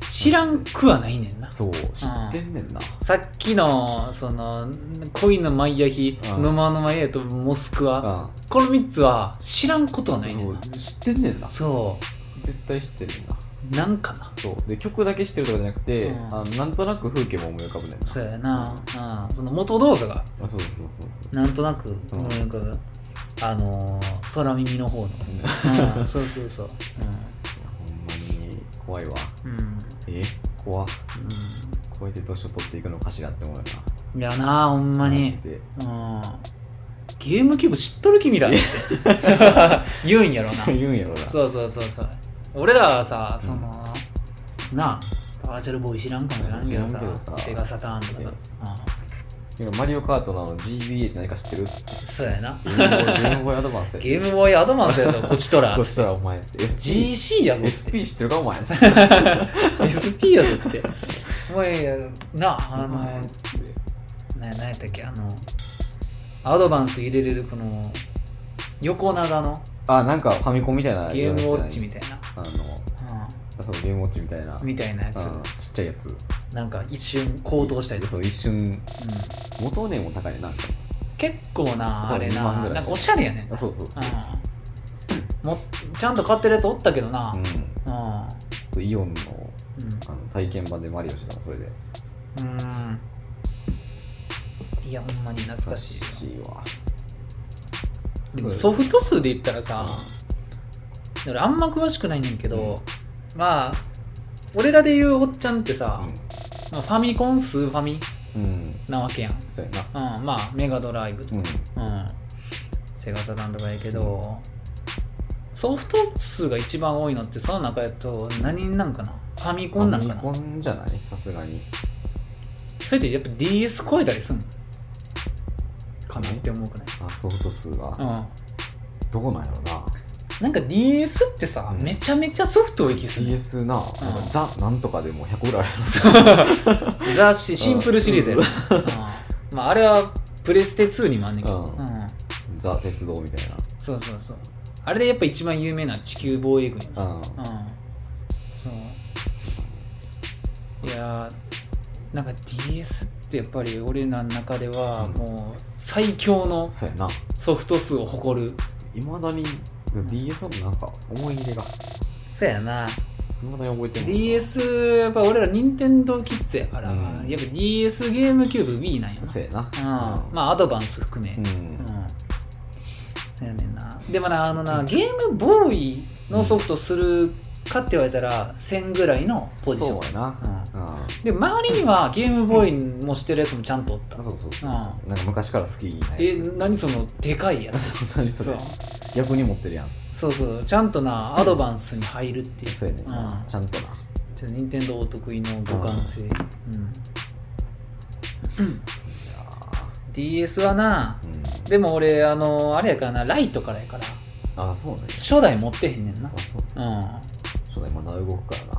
知らんくはないねんな。 そう知ってんねんな、 うん、さっきのその恋のマイヤヒ、沼のマイヤとモスクワ、このみっつは知らんことはないねんな。 知ってんねんな。 そう絶対知ってんねんな。 なんかな。 そうで曲だけ知ってるとかじゃなくて、うん、あなんとなく風景も思い浮かぶねんな。 そうやな、うん、その元動画があそうそうそうそうなんとなく思い浮かぶ、うん、あのー、空耳の方の、うん、そうそうそう、うん、ほんまに怖いわ、 うん、 え怖っ、うん、こうやって年を取っていくのかしらって思うよな。いやなほんまに、うん、ゲームキューブ知っとる君らって言うんやろな言うんやろな。 そうそうそうそう。俺らはさ、その、うん、なあバーチャルボーイ知らんかもしれんけどさ、けどさセガサターンとかさ、 今マリオカートのあの ジービーエー って何か知ってる？ そうやな。 ゲームボーイアドバンスや。 ゲームボーイアドバンスやとこちとら。 こちとらお前。ジーシー やぞ。 エスピー 知ってるかお前。 エスピー やぞって。お前なあのな何やったっけあのアドバンス入れれるこの横長の。 あなんかファミコンみたいなゲームウォッチみたいな。 あの、うん、そうゲームウォッチみたいな。 みたいなやつ。 うん、ちっちゃいやつ。 なんか一瞬高騰したりとか。 そう一瞬、うん、元値も高いな。 結構なあれな、なんかおしゃれやねん。 そうそうそう、 うん、もちゃんと買ってるやつおったけどな、うんうん、ちょっとイオンの、うん、あの体験版でマリオしてたのそれで。 うんいやほんまに懐かしい。 懐かしいわ。 でもソフト数で言ったらさ、うん、俺あんま詳しくないねんけど、うん、まあ俺らで言うおっちゃんってさ、うんまあ、ファミコンスーファミ、うん、なわけやん。 そうやな、 うん、まあメガドライブとか、うんうん、セガサターンとかやけど、うん、ソフト数が一番多いのってその中やと何なんかな。ファミコンなんかな。 ファミコンじゃないさすがに。 それってやっぱ ディーエス 超えたりすんのかなって思うくない？ あソフト数が、うん、どうなんやろな。 なんか ディーエス ってさ、うん、めちゃめちゃソフト多い気する、ね、 ディーエス な、うん、なんかザなんとかでもひゃくぐらいあるザシシンプルシリーズやな、うん、まああれはプレステツーにもあんねんけど、うんうん、 ザ鉄道みたいな。 そうそうそう。あれでやっぱ一番有名な地球防衛軍やな、うんうん、そういやなんか ディーエス ってやっぱり俺らの中ではもう最強のソフト数を誇る。 いまだに ディーエス のなんか思い入れが。 そうやな。 未だに覚えてる。 ディーエス やっぱ俺ら任天堂キッズやから、うん、やっぱ ディーエス ゲームキューブ Wii なんやな。 そうやな。 うん、まあアドバンス含め。うん。うん、そうやねんな。でもなあのな、うん、ゲームボーイのソフトするかって言われたらせんぐらいのポジション。 そうやな。 うんうん、で周りにはゲームボーイもしてるやつもちゃんとおった。 そうそうそう。うん、なんか昔から好きなやつ。 え何そのでかいやつ。何それ。逆に持ってるやん。 そうそうちゃんとなアドバンスに入るっていう。 そうやねんな、うん、ちゃんとな。 ちょっと任天堂お得意の互換性。うん。うん、ディーエス はな、うん、でも俺あのあれやからなライトからやから。 ああそうね。 初代持ってへんねんな。 あそう。うん。初代まだ動くからな。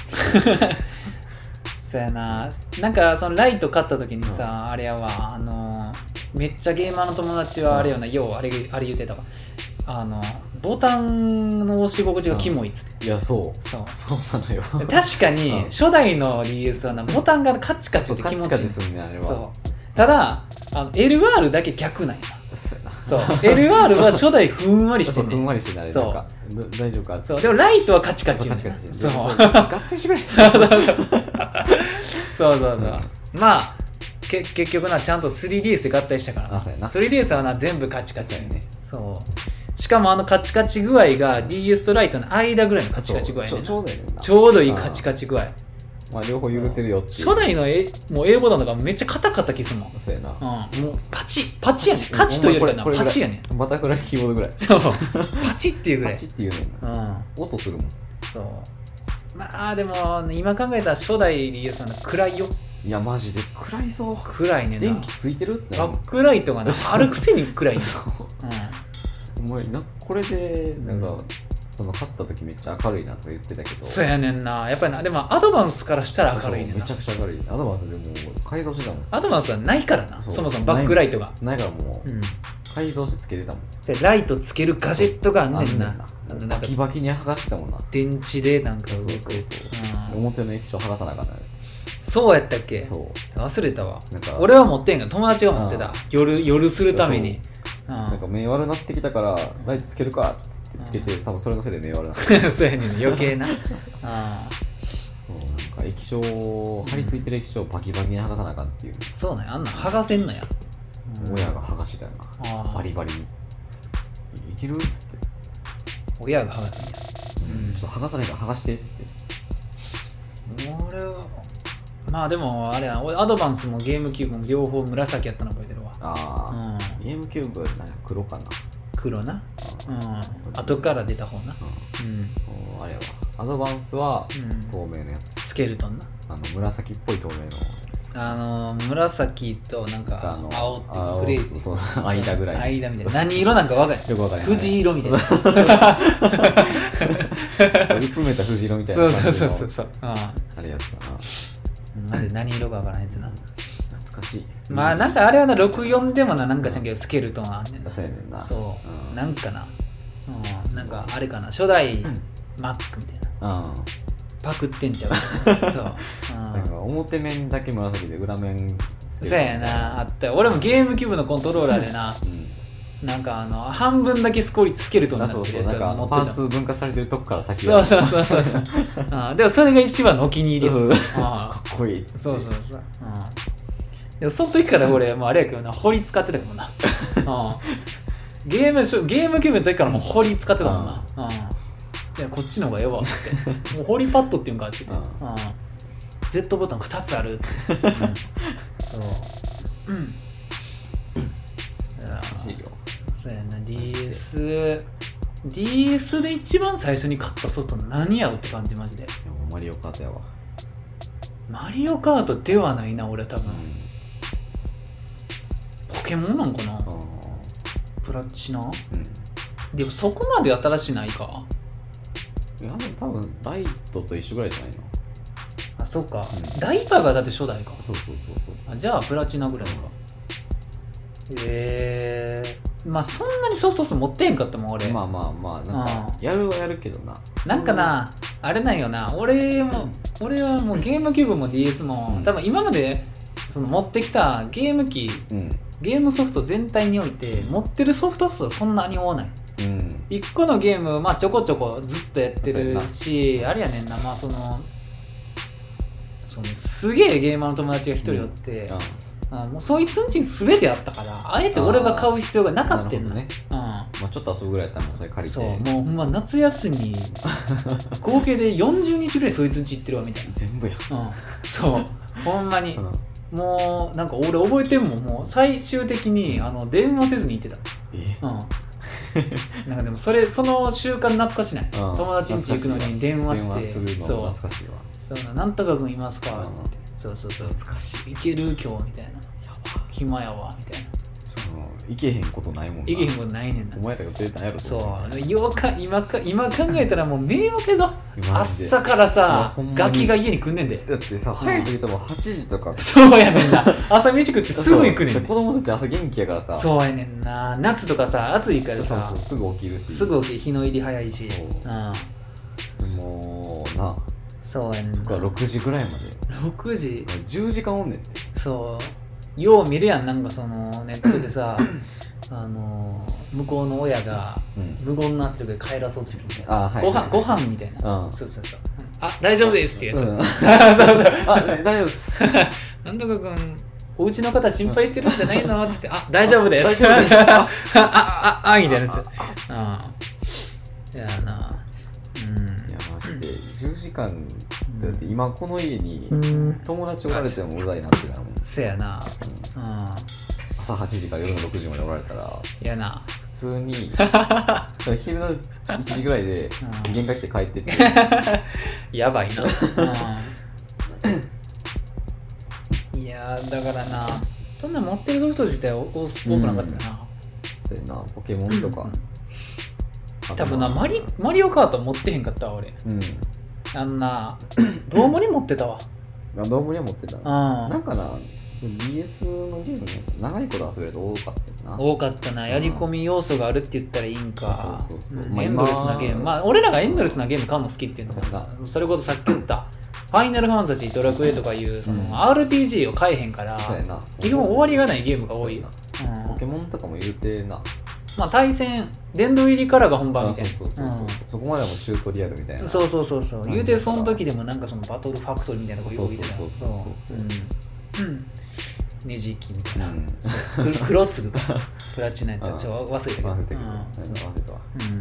そうやな。なんかそのライト買った時にさ、うん、あれやわあのめっちゃゲーマーの友達はあれよな、うん、ようあれあれ言ってたわ。あのボタンの押し心地がキモいっつって、 うん、いやそうそうそうなのよ。 確かに、うん、初代の ディーエス はなボタンがカチカチって気持ちいい。 カチカチすんねあれは。そうただあの エルアール だけ逆なんやな。 そうやな。 そう エルアール は初代ふんわりしてんねん。 ふんわりしてなれなんか大丈夫か。 そうでもライトはカチカチ。 カチカチ。 そう合体してくれ。 そうそうそうそうそうそう、うん、まあけ結局なちゃんと スリーディーエス で合体したからな。 あそうやな。 スリーディーエス はな全部カチカチ。 そうやね。 そうしかもあのカチカチ具合が ディーエス とライトの間ぐらいのカチカチ具合やねん。 ちょうどいいちょうどいいカチカチ具合。 まあ両方許せるよっていう。 初代の A, もう A ボタンとかめっちゃカタカタキスもん。 そうやな、 うん、もうパチパチやねん。カチというよりはなパチやねん。 バタフライキーボードぐらい。 そうパチっていうぐらい。 パチっていうねんな、うん、音するもん。 そうまあでも今考えたら初代 ディーエス は暗いよ。 いやマジで暗いぞ。 暗いねんな。 電気ついてるってバックライトがなあるくせに暗い。 そう、うん、お前なこれでなんかその買った時めっちゃ明るいなとか言ってたけど、 そうやねんな。やっぱりな、でもアドバンスからしたら明るいねんな。 めちゃくちゃ明るい。アドバンスでもう改造してたもん。 アドバンスはないからな、そ, そもそもバックライトがないからもう、うん、改造してつけてたもん。 でライトつけるガジェットがあんねんな。 んバキバキに剥がしたもんな。 電池でなんか動くやつ。 表の液晶剥がさなあかったね。 そうやったっけ。 そう忘れたわ。なんか俺は持ってんが、友達が持ってた。夜夜するために。 なんか目悪なってきたからライトつけるかってつけて、多分それのせいで目悪なってそうやねん、余計な。 あそうなんか液晶貼り付いてる液晶をバキバキに剥がさなあかんっていう。 そうね、あんなん剥がせんのや。 親が剥がしたよな、バリバリに。いけるっつって。 親が剥がすんや。 うん、ちょっと剥がさないから剥がしてって。 俺はまあでもあれや、俺アドバンスもゲームキューブも両方紫やったの覚えてるわ。 ああ、うん、ゲームキューブなんか黒かな。 黒な。うん。後から出た方な。 うん。うん、あれはアドバンスは透明のやつ。 スケルトンな。 あの紫っぽい透明のやつ。 あの紫となんか青っていうグレーっていう。 そうそう間ぐらい。 間みたいな。何色なんか分かんない。 よく分かんない。 藤色みたいな。 薄めた藤色みたいな。 そうそうそうそう。 あれやつだな。 マジ何色かわからないやつな。 懐かしい。 まあなんかあれはなろくじゅうよんでもな、なんかしんけどスケルトンあんねんな。 そうやねんな。 そう、うん、なんかな、うん、なんかあれかな、初代マックみたいな、うん、パクってんちゃうそう、うん、 なんか表面だけ紫で裏面そうやな、あったよ。俺もゲームキューブのコントローラーでな、うん、なんかあの半分だけスコリスケルトンになってるやつが持ってた。 パーツ分化されてるとこから先がそうそうそうそうあでもそれが一番のお気に入りそうかっこいいっつって。 そうそうそう、うんでもその時から俺もうあれやけどな、堀使ってたかもな、うん、ゲームゲームキューブの時からもう堀使ってたもんな、うん、いやこっちの方がええわってもう堀パッドっていうんかって言って、うん、Z ボタンふたつあるっつって、うん、そううん、そうやな。 ディーエス ディーエス で一番最初に買ったソフト何やろって感じ。マジでマリオカートやわ。 マリオカートではないな俺多分、うん、ポケモンなんかな、プラチナ、うん、でもそこまで新しいないか。 いやでも多分ライトと一緒ぐらいじゃないの。 あ、そうか、うん、ダイパーがだって初代か。 そうそうそうそう。 あ、じゃあプラチナぐらいか。へえー、まあそんなにソフト数持ってへんかったもん俺。 まあまあまあなんかやるはやるけどな。 なんかなあれなんよな、俺も、うん、俺はもうゲームキューブも ディーエス も、うん、多分今までその持ってきたゲーム機、うん、ゲームソフト全体において持ってるソフト数はそんなに多ない、うん、いっこのゲーム、まあ、ちょこちょこずっとやってるし、あれやねんな、まあそのそのすげえゲーマーの友達が一人おって、うんあもうそいつんちに全てあったから、あえて俺が買う必要がなかったんだね。うん、まあちょっと遊ぶぐらいやったらもうそれ借りて。 そう、もうほんま夏休み合計でよんじゅうにちぐらいそいつんち行ってるわみたいな。 全部や。 うん、そうほんまに、うん、もうなんか俺覚えてんもん。もう最終的にあの電話せずに行ってた。えうんなんかでもそれその習慣懐かしない、うん、友達ん家行くのに電話して、電話するの懐かしいわ。そうなんとか君いますか、うん、ってそうそうそう懐かしい。 いける今日みたいな。暇やわみたいな。 いけへんことないもんな。 いけへんことないねんな。 お前ら予定ないやろ。 そうよか 今, か今考えたらもう迷惑やぞ朝からさガキが家に来んねんで。 だってさ早い時ともはちじとか、うん、 そうやねんな朝飯食ってすぐ行くねん。 子供たち朝元気やからさ。 そうやねんな。夏とかさ暑いからさ。 そうそうすぐ起きるしすぐ起きる。日の入り早いし。 うん、もうなそうやねんな。 そこはろくじぐらいまでろくじじゅうじかんおんねんて。 そうよう見るやん。なんかそのネットでさあの向こうの親が無言になってるから帰らそうとするみたいな、うん、ご飯ご飯みたいな、うん、そうそうそう、あ大丈夫ですってやつ、うん、そうそうあ大丈夫ですなんとか君お家の方心配してるんじゃないのってってあ大丈夫です大丈夫ですああああみたいなやつ。うんいやなうんいやマジでじゅうじかんだって今この家に友達おられてもうざいなってなるもん。 せやな、 うんうん、朝はちじから夜のろくじまでおられたらいやな普通に昼のいちじぐらいで玄関来て帰ってってやばいな、うん、いやだからなそんな持ってるソフト自体多くなかったな、 うん、そうやなポケモンとか、 多分なマリマリオカート持ってへんかったわ俺、うん、あんなどうもに持ってたわあどうもには持ってたな、うん、なんかな ディーエス のゲームね長いこと遊べると多かったな多かったなやり込み要素があるって言ったらいいんかエンドレスなゲームまあ俺らがエンドレスなゲーム買うの好きっていうのさそれこそさっき言ったファイナルファンタジードラクエとかいうその、うん、アールピージー を買えへんから基本終わりがないゲームが多い、うん、 ポケモンとかも言うてなまあ対戦殿堂入りからが本番みたいなそうそうそうそう、うん、そこまではもうチュートリアルみたいなそうそうそうそう言うてその時でもなんかそのバトルファクトリーみたいなこと言うてたそうそうそうそううんうんネジキみたいな、うん、黒継ぐかプラチナやったらちょっと忘れたけど忘れたけど、うん、忘れたわ、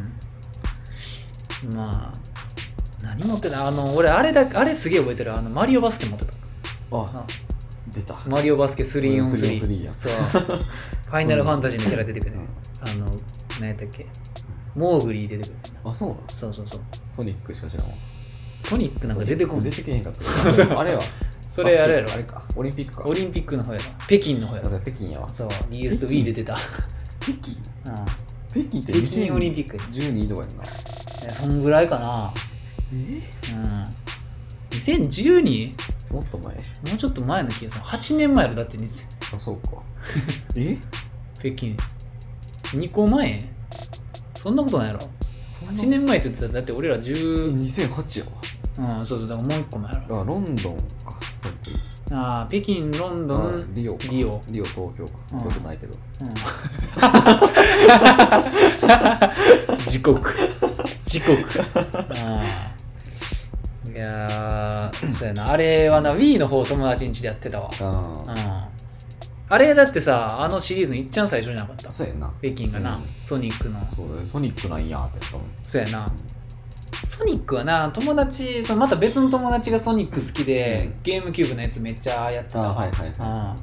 うん、まあ何持ってたあの俺あれだあれすげえ覚えてるあのマリオバスケ持ってたああ出たマリオバスケ スリーオンスリー、 スリーオンスリーやそうファイナルファンタジーのキャラ出てくるね、うん、あの何やったっけモーグリー出てくるあそうなのそうそうそうソニックしか知らんわソニックなんか出てこん出てけへんかったあれはそれあれやろあれかオリンピックかオリンピックの方やろ北京の方やろ北京やわそう ディーエス と Wii で出た北京ああ北京って北京オリンピックじゅうにとかやんなそんぐらいかなえうんにせんじゅうにもっと前もうちょっと前の気がするはちねんまえのだってにあそうかえ北京にこまえそんなことないやろはちねんまえって言ってたらだって俺らじゅうにせんはちやわうんそうそうだからもう一個前やろあロンドンかああ北京ロンドンリオかリオリオ東京か東京ないけど、 うん、時刻時刻あいやーそうやなあれはな Wii の方友達ん家でやってたわあ、うん、あれだってさあのシリーズのいっちゃん最初じゃなかったそうやな北京がな、うん、ソニックのそうだねソニックなんやって言ったもんそうやな、うんソニックはな友達そのまた別の友達がソニック好きで、うん、ゲームキューブのやつめっちゃやってたわ、はいはいはい、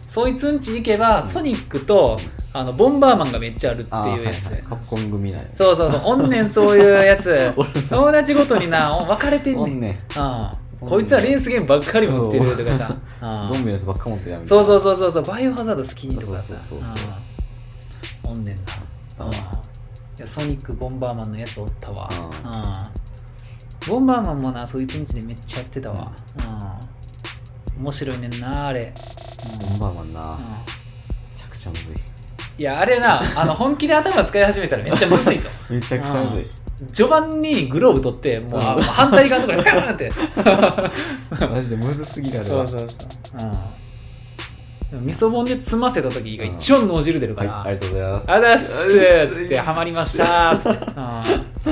そいつんち行けば、うん、ソニックとあのボンバーマンがめっちゃあるっていうやつ、はいはい、 カプコン組なんやそうそうそうおんねんそういうやつ友達ごとにな分かれてんねんおんねん、うん、こいつはレースゲームばっかり持ってるとかさゾンビのやつばっか持ってるやんそうそうそうそうそうバイオハザード好きとかさおんねんなあいやソニックボンバーマンのやつおったわボンバーマンもなそいつんちでめっちゃやってたわ、うん、面白いねんなあれ、 うん、ボンバーマンな、うん、めちゃくちゃむずいいやあれなあの本気で頭使い始めたらめっちゃむずいぞめちゃくちゃむずい序盤にグローブ取ってもう反対側とかでパーンってマジでむずすぎるあれはそうそうそう、うん、味噌本で詰ませた時が一番脳汁出るから、 うんはい、ありがとうございますありがとうございますつってハマりましたつって、うん、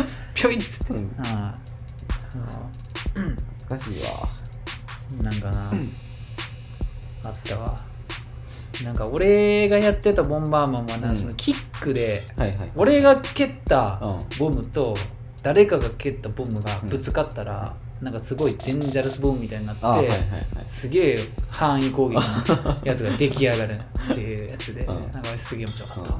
ぴょいっつって、うんうん懐かしいわなんかな、うん、あったわなんか俺がやってたボンバーマンはな、うん、そのキックで、はいはい、俺が蹴ったボムと誰かが蹴ったボムがぶつかったら、うん、なんかすごいデンジャラスボムみたいになって、はいはいはい、すげえ範囲攻撃のやつが出来上がるっていうやつで、うん、なんかすげえ面白かった、うんうん、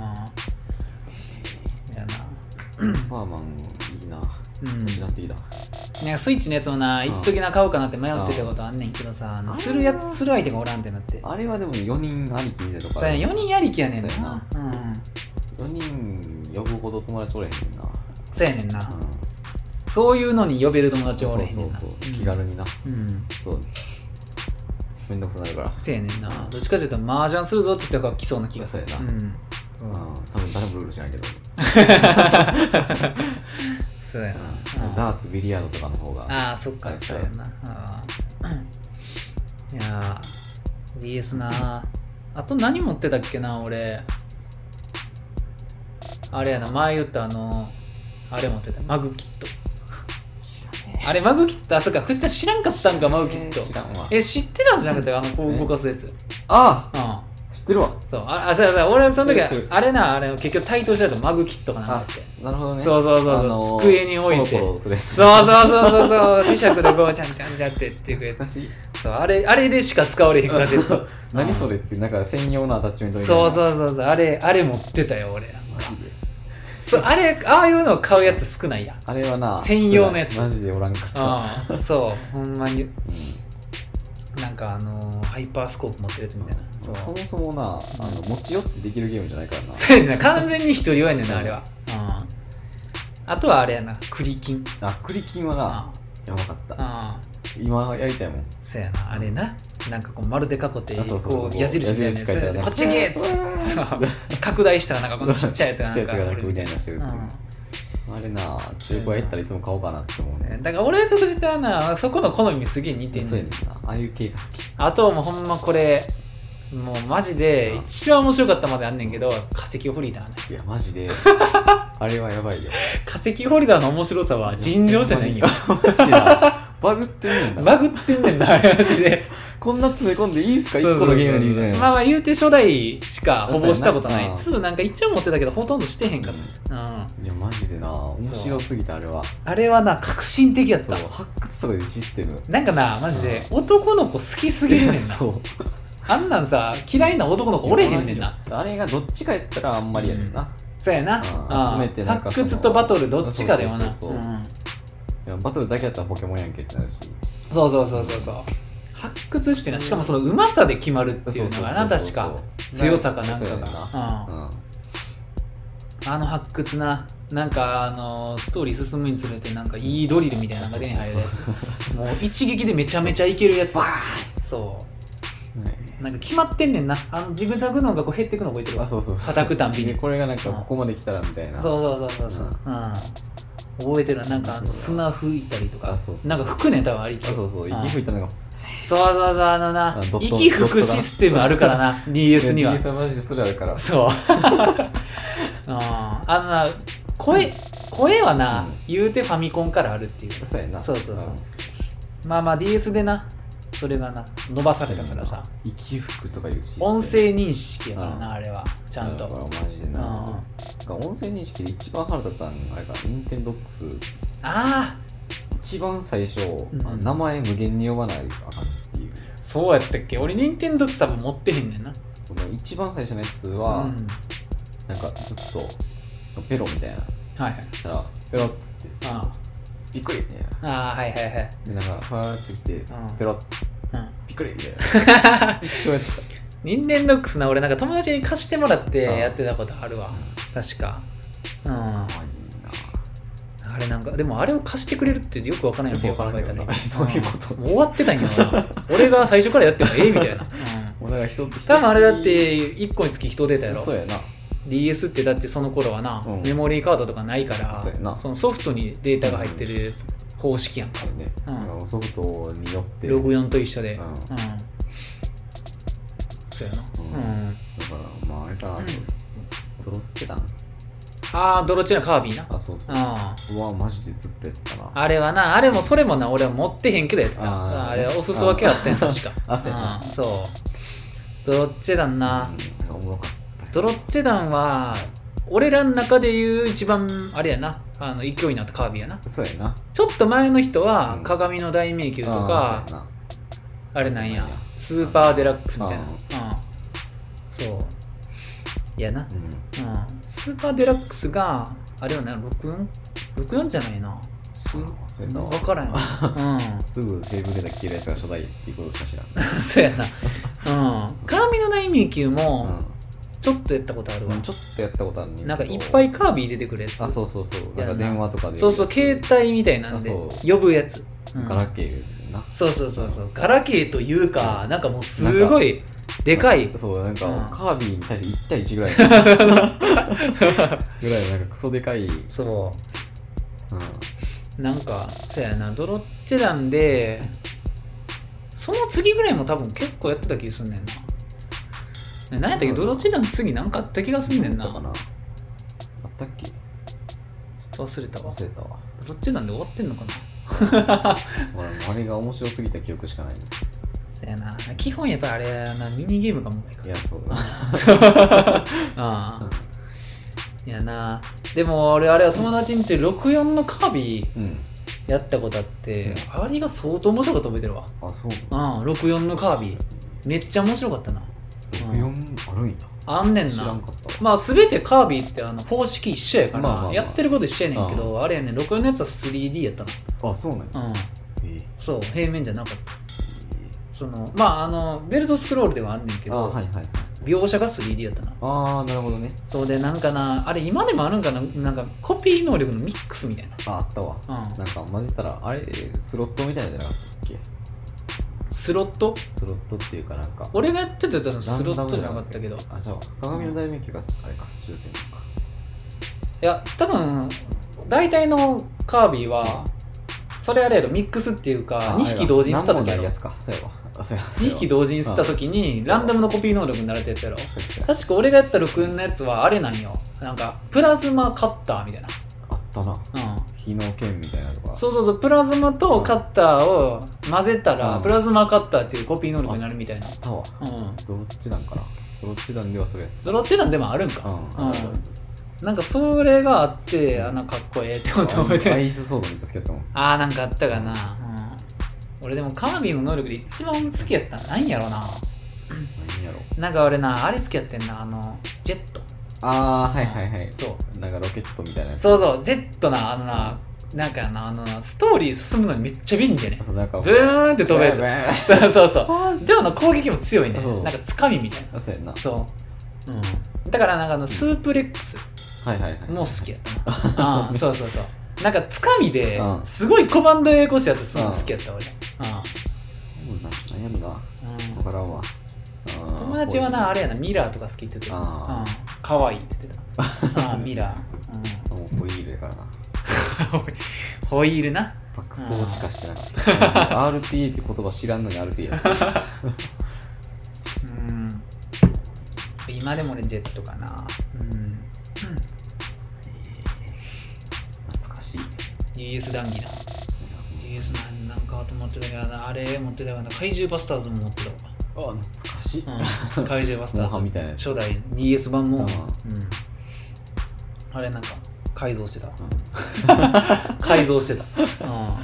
いやなボンバーマンいいなうんしなっていいだなんかスイッチのやつもな一時な買おうかなって迷ってたことあんねんけどさするやつする相手がおらんってなってあれはでもよにんありきみたいなとかよにんありきやねんな、 うん、よにん呼ぶほど友達おれへんねんなそうやねんな、うん、そういうのに呼べる友達おれへんねんなそうそうそう、うん、気軽になうんそうめんどくさなるからそうやねんなどっちかというと麻雀するぞって言ったから来そうな気がするそうやな、うんうん、多分誰もルールしないけどそうやなダーツビリヤードとかの方がああそっかそうやなあいや ディーエス なあと何持ってたっけな俺あれやな前言ったあのあれ持ってたマグキット知らねえあれマグキットあそっか藤田知らんかったんかマグキット知らんわえ知ってたんじゃなかったあのこう動かすやつああうん知ってるわそうああそうそう俺はその時はあれなあれ結局対等したとマグキットかなんかってなるほどねそうそうそうそう、あのー、机に置いてコロコロするやつそうそうそうそうそう磁石でこうちゃんちゃんちゃってっていうやつそうあれあれでしか使われへんからって何それってなんか専用のアタッチメントみたいなそうそうそうそうあれあれ持ってたよ俺マジでそうあれああいうのを買うやつ少ないやあれはな専用のやつマジでおらんかったあそうほんまに、うんなんかあのー、ハイパースコープ持ってるやつみたいな、うん、 そうそもそもなあの持ち寄ってできるゲームじゃないからなそうやねんな完全に一人用やねんなあれは、 あとはあれやな、栗金。 あ、栗金はな、やばかった。あ今やりたいもん。 そうやな、あれな、なんかこう丸で囲ってそうそうこう矢印みたいなやつ、こっちゲーツそう拡大したらなんかこのちっちゃいやつがなんかちっちゃいやつがなんかみたいなしてるっていう、あれな、中古屋行ったらいつも買おうかなって思うね。 だから俺と藤田はな、そこの好みすげえ似てんねん。 そうやねんな、ああいう系が好き。 あともうほんまこれもうマジで一番面白かったまであんねんけど、化石ホリダーね。 いやマジであれはやばいよ。 化石ホリダーの面白さは尋常じゃないよ。 マジでバグってんねんな。 バグってんねんな、あれマジで。 こんな詰め込んでいいんすか、いっこのゲームにみたいな。 まあまあ言うて初代しかほぼしたことない。ツーなんか一応持ってたけどほとんどしてへんかった。うん。 いやマジでな、面白すぎたあれは。 あれはな、革新的やった。 発掘とかいうシステム。 なんかな、マジで男の子好きすぎるねんな。 そう。 あんなんさ、嫌いな男の子おれへんねんな。 あれがどっちかやったらあんまりやねんな。 そうやな。 集めてなんか発掘とバトルどっちかではな。 バトルだけやったらポケモンやんけってなるし。 そうそうそうそうそう。発掘してな、しかもそのうまさで決まるっていうのがな、確か強さかなんかが。あの発掘な、なんかあのストーリー進むにつれてなんかいいドリルみたいなのが手に入るやつ。もう一撃でめちゃめちゃいけるやつ。そう。なんか決まってんねんな、あのジグザグのがこう減ってくの覚えてるわ。 あ、そうそうそう。 叩くたんびにこれがなんかここまで来たらみたいな。 そうそうそうそう。覚えてる。なんかあの砂吹いたりとか、なんか吹くねん多分ありき。 そうそう、息吹いたのが。 そうそうそう、あのな、息吹くシステムあるからな、ディーエス には。 ディーエス はマジでそれあるから。 そう。あのな、声、声はな、言うてファミコンからあるっていう。 そうやな。 そうそうそう。まあまあ ディーエス でな、それがな、伸ばされたからさ。 息吹くとかいうシステム。 音声認識やからな、あれは。ちゃんと。 だからマジでな。音声認識で一番腹立ったのあれか、ニンテンドックス。 ああ一番最初、名前無限に呼ばないあかんっていう。 そうやったっけ。俺ニンテンドックス多分持ってへんねんな。 その一番最初のやつは、なんかずっとペロみたいな。はいはい。そしたらペロっつって、ああびっくりみたいな。 ああはいはいはい。 でなんかファーってきて、ペロっ、びっくりみたいな。一緒やった。 ニンテンドックスな、俺なんか友達に貸してもらってやってたことあるわ。確か。うん。かわいいな。あれなんか、でもあれを貸してくれるってよくわからないよ、考えたら。どういうこと？ 終わってたんやな。俺が最初からやってもええみたいな。 うん。だから人多分あれだっていっこにつきいちデータやろ。 そうやな。 ディーエス ってだってその頃はな、うん、メモリーカードとかないから、 そ, そのソフトにデータが入ってる方式やんか、 うんねうん、ソフトによってログよんと一緒で、うんうん、そうやな、 うんうん、だからまああれかな、うん、ドロッケダンあードロッチのカービィな。 あそうそう、うん、うわマジでずっとやってたな。 あれはな、あれもそれもな、俺は持ってへんけどやってた。 あ, あれはお裾分けあってん確かあそうやな、 そうドロッチェダンな、 うん、おもろかった。 ドロッチェダンは俺らの中でいう一番あれやな、あの勢いになったカービィやな。 そうやな。 ちょっと前の人は鏡の大迷宮とか、うん、あ, あれなんやスーパーデラックスみたいな、うん、そうやな、うんうん、スーパーデラックスがあれはな、ろくじゅうよん? ろくじゅうよんじゃないな、分からん、うん、 すぐセーブデータ消えるやつが初代っていうことしか知らんそうやな、うん、鏡の大迷宮も、うんちょっとやったことあるわ、 うん、ちょっとやったことあるね。 なんかいっぱいカービィ出てくるやつ。 あ、そうそうそう。なんか電話とかで。 そうそう、携帯みたいなんで呼ぶやつ。 うん、ガラケーな。 そうそうそうそう。ガラケーというか、なんかもうすごいでかい。 そう、なんか、うん、カービィに対していち対いちぐらい。ぐらいなんかクソでかい。 そう。うん。なんか、そうやな、ドロッチェダンで、その次ぐらいも多分結構やってた気すんねんな。何やったっけ、ドロッチェダンの次なんかあった気がすんねんな。あったっけ？ 忘れたわ。 忘れたわ。 ドロッチェダンで終わってんのかな。 俺あれが面白すぎた記憶しかない。 そうやな。基本やっぱあれな、ミニゲームが問題か。 いやそうだ。 ああ。いやな。でも俺あれは友達んちろくじゅうよんのカービィやったことあって、うん、あれが相当面白かった覚えてるわ。 あそう。 うん、ろくじゅうよんのカービィめっちゃ面白かったな。 ろくじゅうよんあるんや。 あんねんな。知らんかったわ。まあ全てカービィってあの方式一緒やから、まあまあまあ、やってること一緒やねんけど、あ, あれやねん、ろくじゅうよんのやつは スリーディー やったな。あ、そうなんや。 うん。えー、そう、平面じゃなかった。えー、そのまああのベルトスクロールではあんねんけど、 あ、はいはいはい、 描写が スリーディー やったな。 ああなるほどね。 そうでなんかなあれ今でもあるんかな、なんかコピー能力のミックスみたいな。 ああったわ、うん、なんか混ぜたらあれスロットみたいなのじゃなかったっけ。 スロットスロットっていうかなんか俺がやってたやつはスロットじゃなかったけど、 あじゃあ鏡の大迷宮があれか抽選か。 いや多分大体のカービィはそれあれやろ、ミックスっていうかにひき同時に吸った時やろ。 やつかそうやわにひき同時に吸った時にランダムのコピー能力になるってやつやろ。確か俺がやったろくのやつはあれなんよ、なんかプラズマカッターみたいなあったな、うん、火の剣みたいなのが。 そうそうそう、プラズマとカッターを混ぜたら、うん、プラズマカッターっていうコピー能力になるみたいな。あったわ、うん、 どっちなんかな。どっちなんではそれどっちなんでもあるんか、うんうん、なんかそれがあってあのかっこええって思って覚えてる。 アイスソードめっちゃ好きやったもん。 あーなんかあったかな、うん、俺でもカービィの能力で一番好きやったの何やろな。 何やろなんか俺なあれ好きやってんな、あのジェット。 あーはいはいはい、 そうなんかロケットみたいなやつ。 そうそうジェットな、あのななんかなあのなストーリー進むのにめっちゃ便利でね。 そうなんかブーンって飛ぶやつ。そうそうそうでもな攻撃も強いね。なんかつかみみたいな。 そうやな。 そう、うん、だからなんかあのスープレックスはいはいはいもう好きやったな。あそうそうそうなんかつかみですごいコマンド英語しやつするの好きやった俺。 何やるな分からんわ。 友達はなあれやな、ミラーとか好きって言ってた。あかわいいって言ってた。あミラー、もうホイールやからな。 ホイールな。 爆走しかしてなかった。アールティーエー って言葉知らんのに アールティーエー やった。 うん今でも俺ジェットかな。うん懐かしい。 ディーエス 談義な。 ディーエス なんかと思ってたけどな、あれ持ってたからな。怪獣バスターズも持ってたわ。 あ懐かしい、 うん、怪獣バスターズモンハンみたいな初代 ディーエス 版も、うん、あれなんか改造してた、うん、改造してた、うん、あ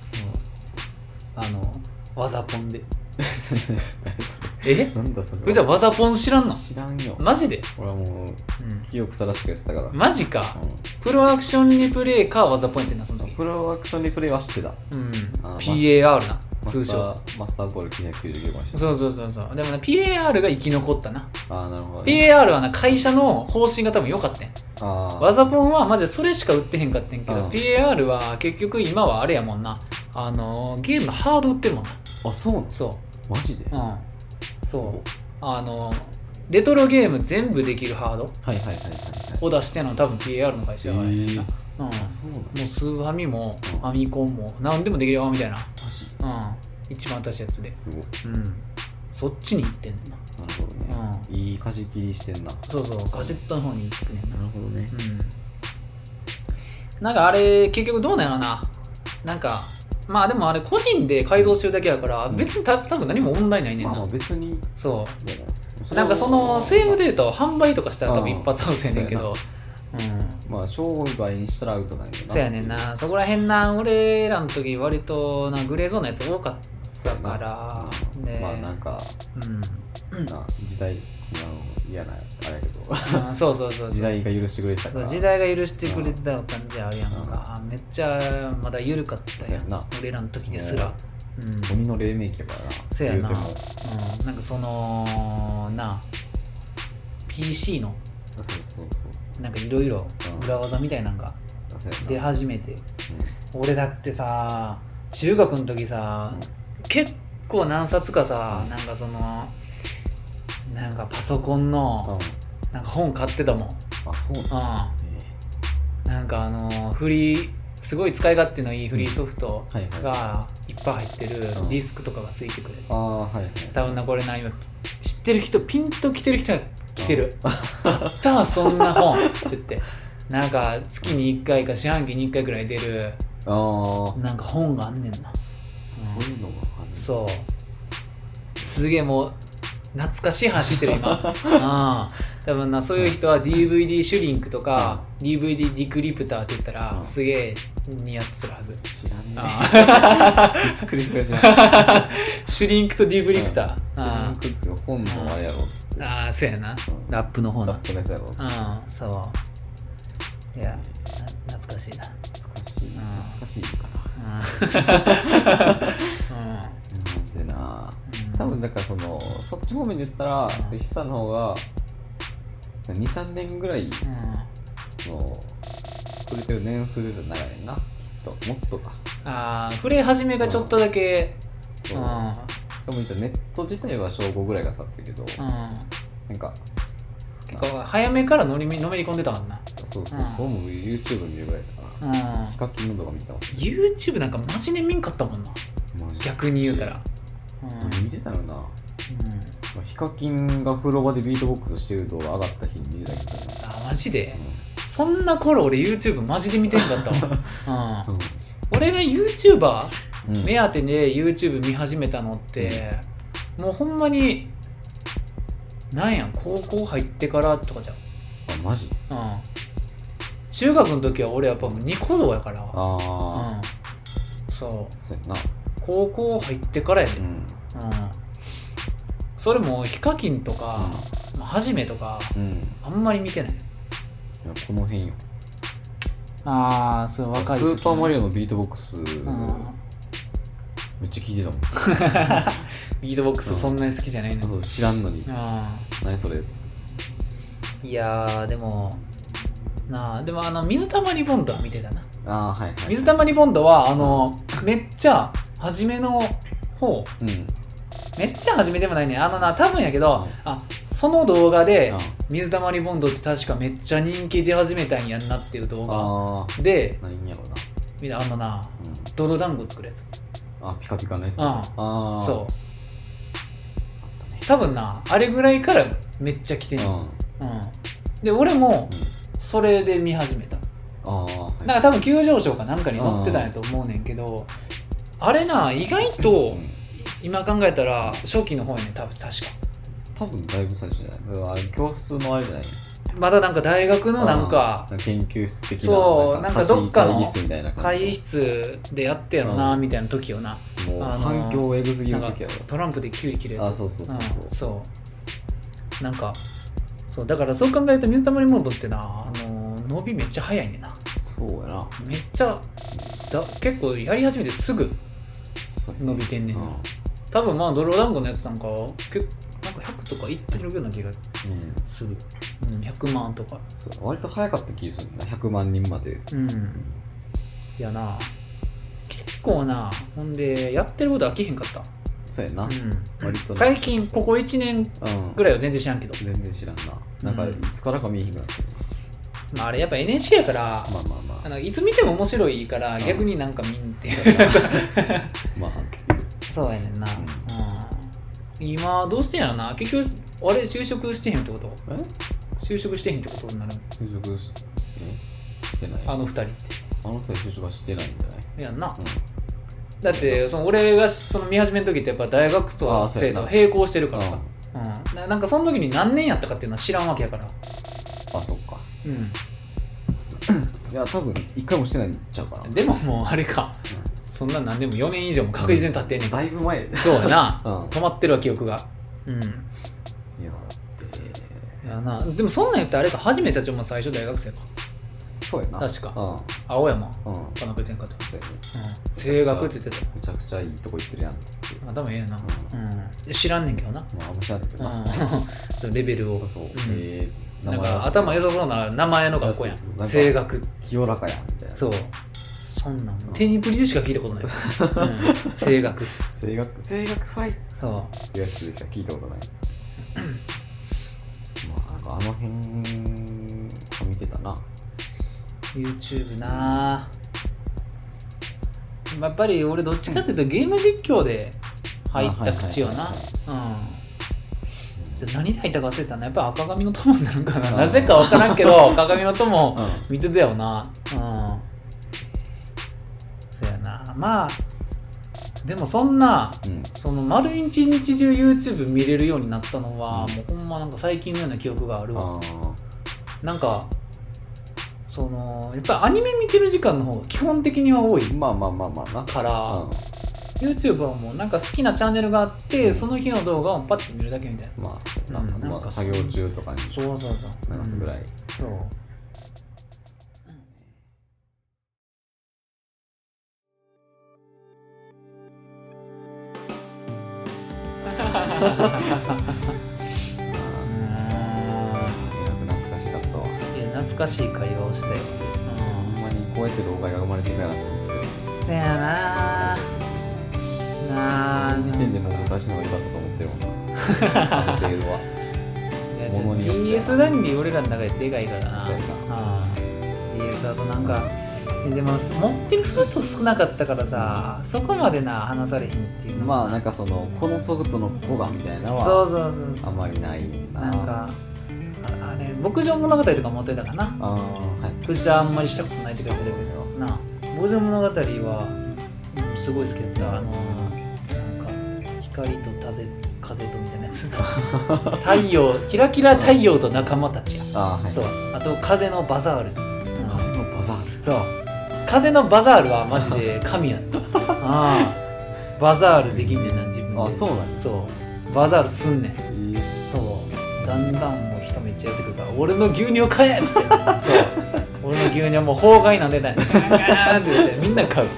のワザポンでえなんだそれ。 じゃあワザポン知らんの？ 知らんよマジで。 俺はもう、うん、記憶正しくやってたから。 マジか、うん、プロアクションリプレイかワザポンってな。その時プロアクションリプレイは知ってた、 うん、ピーエーアール な通称マスターボールきゅうひゃくきゅうじゅうきゅう番。 そうそうそうそう。でもね ピーエーアール が生き残ったな。 あなるほど、ね、 ピーエーアール はな会社の方針が多分良かったん。あワザポンはマジでそれしか売ってへんかったんけど ピーエーアール は結局今はあれやもんな、あのゲームのハード売ってるもんな。 あそうなの。 そうマジで。 うんそうあのレトロゲーム全部できるハードを出してるのは多分 ピーエーアール の会社やからね。うん、そうもうスーファミもファミコンも何でもできるよみたいな。うん、一番新しいやつで。 すごい。 うん、そっちに行ってんねんな。 なるほどね。うん、いい舵切りしてんな。 そうそうカセットの方に行くねんな。 なるほどね。 うん、なんかあれ結局どうなんやろな。なんかまあでもあれ個人で改造してるだけだから別にた多分何も問題ないねんな。 まあ別にそうなんかそのセーブデータを販売とかしたら多分一発アウトやねんけど、 うん、まあ商売にしたらアウトなんやな。 そうやねんな。そこら辺な俺らの時割となグレーゾーンのやつ多かったからね。まあなんか、うん、な時代嫌なあれやけど、うん、そうそうそうそう時代が許してくれてたから。 時代が許してくれてた感じあるやんか。めっちゃまだ緩かったやんな俺らの時ですら。 うん、鬼の黎明期やからな。 そうやな、うん、なんかそのな ピーシー のそうそうそうなんかいろいろ裏技みたいなのが出始めて、うん、俺だってさ中学の時さ、うん、結構何冊かさ、うん、なんかそのなんかパソコンの、うん、なんか本買ってたもん。 あそうなんだ、 うん、なんかあのフリーすごい使い勝手のいいフリーソフトがいっぱい入ってるディスクとかがついてくるやつ。 ああはいはい。 多分なこれな今知ってる人ピンと来てる人が来てる。あったわそんな本って言ってなんか月にいっかいか四半期にいっかいぐらい出るあなんか本があんねんな。 そういうのがある。 そうすげえもう懐かしい話してる今。あ多分なそういう人は ディーブイディー シュリンクとか ディーブイディー ディクリプターって言ったらすげえニヤッとするはず。 知らねえ。びっくりしました。 シュリンクとディーブリプター。シュリンクっていう本のあれやろっつって。 ああそうやな、うん、ラップの本。 ラップのやつやろ。 うんそういや懐かしいな。 懐かしい懐かしいかな。うんマジでな。多分だからそのそっち方面で言ったら筆算の方がにさんねんぐらいの触れてる年数で長いねんな、きっともっとか。 ああ触れ始めがちょっとだけ、 うん、そう、うん、でも一応ネット自体は小ごぐらいが去ってるけど、うん、なんか結構早めからのりのめり込んでたもんな。 そうそう、僕、うん、も YouTube 見るぐらいだから、うん、ヒカキンの動画見てます、ね、 YouTube なんかマジで見んかったもんな、逆に言うたら、 うん、見てたよな、うん、まあ、ヒカキンが風呂場でビートボックスしてる動画上がった日に見てたけど、 あ、マジで、うん、そんな頃俺 YouTube マジで見てんかったわ、うんうん、俺が YouTuber、うん、目当てで YouTube 見始めたのって、うん、もうほんまになんや高校入ってからとかじゃん。 あ、マジ？ うん。中学の時は俺やっぱニコ動やから。ああ。 うん。そう。 そうやな。 高校入ってからやで。うん。うん。それもヒカキンとか、うん、はじめとか、うん、あんまり見てない。いや、 この辺よ。 ああ、そう、若い時。 スーパーマリオのビートボックス、うん、めっちゃ聞いてたもん。 ビートボックスそんなに好きじゃないの、うん、 そう、知らんのに。ああ。何それ。 いやーでもなあ、でもあの水溜りボンドは見てたな。 あー、はいはい、 水溜りボンドはあの、うん、めっちゃ初めの方、うん、めっちゃ初めでもないね、あのな、多分やけど、うん、あ、その動画で、うん、水溜りボンドって確かめっちゃ人気出始めたんやんなっていう動画で、 何やろな、 みんなあのな、うん、泥団子作るやつ、 あ、ピカピカのやつ、うん、 あー、そう多分な、あれぐらいからめっちゃ来てんの、うんうん、で俺もそれで見始めた、うん、あ、はい、だから多分急上昇かなんかに載ってたんやと思うねんけど、あれな、意外と今考えたら初期の方やねん、多分確か多分だいぶ最初じゃない、だから教室のあれじゃない、 まだなんか大学のなんか研究室的な、 そう、なんかどっかの会議室でやってやろなみたいな時よな、 もう反響エグすぎる時やろ、 トランプでキュウリ切るやつ、 あ、そうそうそうそう、 うん、そうなんかそうだからそう考えると水溜りボンドってな、あのー、伸びめっちゃ早いねんな。 そうやな、 めっちゃだ結構やり始めてすぐ伸びてんねんな、うん、多分まあ泥団子のやつなんか結なんかひゃくとかいってるような気がする、うんうん、ひゃくまんとか、 そう割と早かった気がするんだ、ひゃくまんにんまで、うん、 いやな、結構な、ほんでやってること飽きへんかった、 そうやな、うん、割と最近ここいちねんぐらいは全然知らんけど、 うん、全然知らんな、なんかいつからか見えへんくなってる、 うん、まあ、あれやっぱ エヌエイチケー やから、まあまあまあ、あのいつ見ても面白いから逆になんか見んっていうまあそうやねんな、うん、今どうしてんやろな、結局あれ就職してへんってこと？え？就職してへんってことになる？ 就職 し, してない、 あの二人って、 あの二人就職はしてないんじゃない？ やんな、うん、だってその俺がその見始めの時ってやっぱ大学と生と並行してるからさ、うん、なんかその時に何年やったかっていうのは知らんわけやから、あ、 そっか、うん、いや多分一回もしてないんちゃうかな、 でももうあれか、うん、そんな何でもよねん以上も確実に経ってんねん、うん、 だいぶ前そうやな、うん、止まってるわ記憶が、うん、いやっていやな、でもそんなん言ってあれか、はじめ社長も最初大学生か、 そうやな、 確か、うん、青山、うん、田中前科と、そうやね、うん、声楽って言ってた、 めちゃくちゃいいとこ行ってるやんって、 頭ええな、うんうん、知らんねんけどな、 まあ、あんま知らんけどな、 うん、レベルを、 そう、うん、 えー、なんか頭良さそうな名前の学校やん、声楽、 清らかやんみたいな、 そう、そんなん、うん、テニプリでしか聞いたことないです、うん、声楽声楽声楽ファイそういうやつでしか聞いたことないまあなんかあの辺見てたな、 YouTube な、やっぱり俺どっちかっていうとゲーム実況で入った口よな、何で入ったか忘れたな、やっぱ赤髪の友になるかな、なぜか分からんけど赤髪の友見てたよな、うん、そうやな、まあでもそんな、うん、その丸一日中 YouTube 見れるようになったのは、うん、もうほんまなんか最近のような記憶があるわ、なんかそのやっぱりアニメ見てる時間の方が基本的には多いまあまあまあまあなから、うん、YouTube はもうなんか好きなチャンネルがあって、うん、その日の動画をパッと見るだけみたいな、 まあなんか、うん、なんか作業中とかにそうそうそう流すぐらい、うん、 そう懐かしかったわ。 いや懐かしい会話をしたよ。 ほんまにこうやって老害が生まれていくやなって思って。 そやななあ。 現時点でもう昔の方が良かったと思ってるもんな。ある程度は。 ディーエス 談義俺らの中ででかいからな。 そうやな。 ああ ディーエス だとなんかでも持ってるソフト少なかったからさ、そこまでな話されへんっていうの。 まあなんかそのこのソフトのここがみたいなのはそうそうそうそうあんまりないな。 なんかああれ牧場物語とか持ってたかな。 あ、はい、 藤田あんまりしたことないって書いてるけどな。牧場物語は、うん、すごい好きだった。あのなんか光と風風とみたいなやつ太陽キラキラ太陽と仲間たちや。 あ、はい、 そう。あと風のバザール、うん、 風のバザール。 そう風のバザールはマジで神やったああバザールできんねんな自分で。 あ、そうなんや。 そうバザールすんねん、えー、そうだんだんもう人めっちゃやってくるから俺の牛乳を買えっつってそう俺の牛乳はもう法外なんでたんやガーンって言ってみんな買う、うん、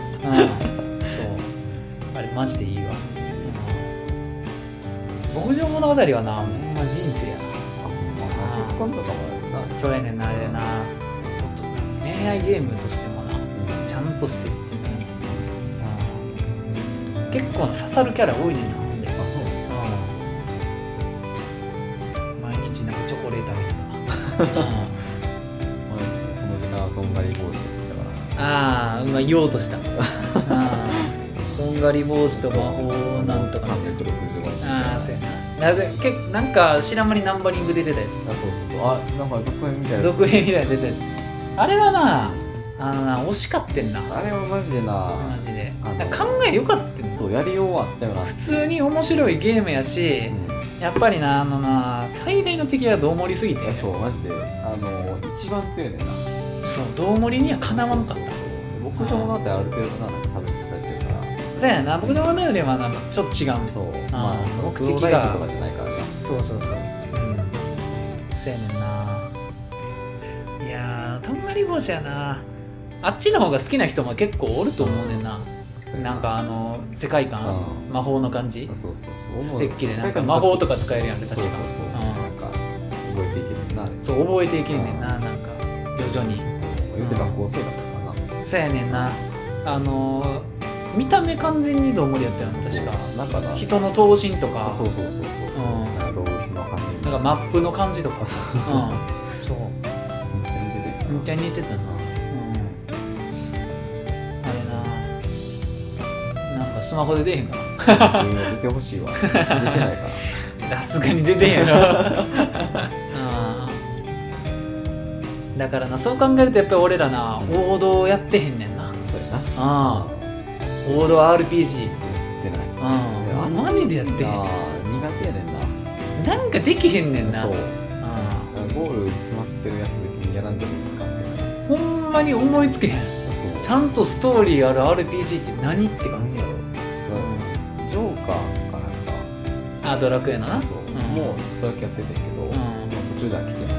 そうあれマジでいいわ、うん、牧場物語はなほんま人生やな。 あ、結婚とかもあるな。 そうやねんなあれな。恋愛ゲームとしてもな、うん、ちゃんとしてるっていうね、うん、結構刺さるキャラ多いねんな。ほんで、あ、そう、うん、毎日なんかチョコレートあげるかな、うん、 その時間はとんがり帽子で来たから。 ああ、今言おうとしたとんがり帽子と魔法なんとかさんびゃくろくじゅうごえん。 ああ、そうやな。なぜけなんか知らん間にナンバリングで出てたやつ。 あ、そうそうそう。あ、なんか続編みたいな。 続編みたいな出てる。あれはな、あのな、惜しかってんな。 あれはマジでな、 マジで考えよかったんだ。 そう、やりようはあったよな。 普通に面白いゲームやし、うん、やっぱりな、あのな、最大の敵がどう盛りすぎて。 そう、マジであの一番強いねんな。 そう、どう盛りにはかなわなかった。 牧場物語ってある程度な、なんか差別化されてるから。 そうやな、牧場物語ではなちょっと違う。 そう、 あ、まあ、 目的がとかじゃないからさ。 そうそうそう。うん。そうやねんな。いやー、とんがり帽子やな。あっちの方が好きな人も結構おると思うねんな。なんかあの世界観、うん、魔法の感じ。 そうそうそう。 素敵でなんか魔法とか使えるやんね、確か。 そうそうそう。うん、なんか覚えていけるな。 そう覚えていけんねんな、なんか徐々に。 そう言うて学校生活だからな。 そうやねんな。あのー、見た目完全にどうもりやったよね、確か。 なんかな。 人の頭身とか。 そうそうそうそう。うん。なんか動物の感じ。 なんかマップの感じとか。そう。そう。 めっちゃ似てて。 めっちゃ似てたな。スマホで出えへんかな。 出てほしいわ。出てないからさすがに出てへんやろだからな、そう考えるとやっぱり俺らな、王道やってへんねんな。 そうやな。 あ王道 アールピージーやってない。 うん、マジでやってへん。 苦手やねんな。なんかできへんねんな。 そう。ゴール決まってるやつ別にやらんでもいいかって。 ほんまに思いつけへん。ちゃんとストーリーある アールピージー って何って感じやろ。 ジョーカーかなんか。 あ、ドラクエのな。 そう。うん、もうちょっとだけやってたけど、うん、途中では来てないから。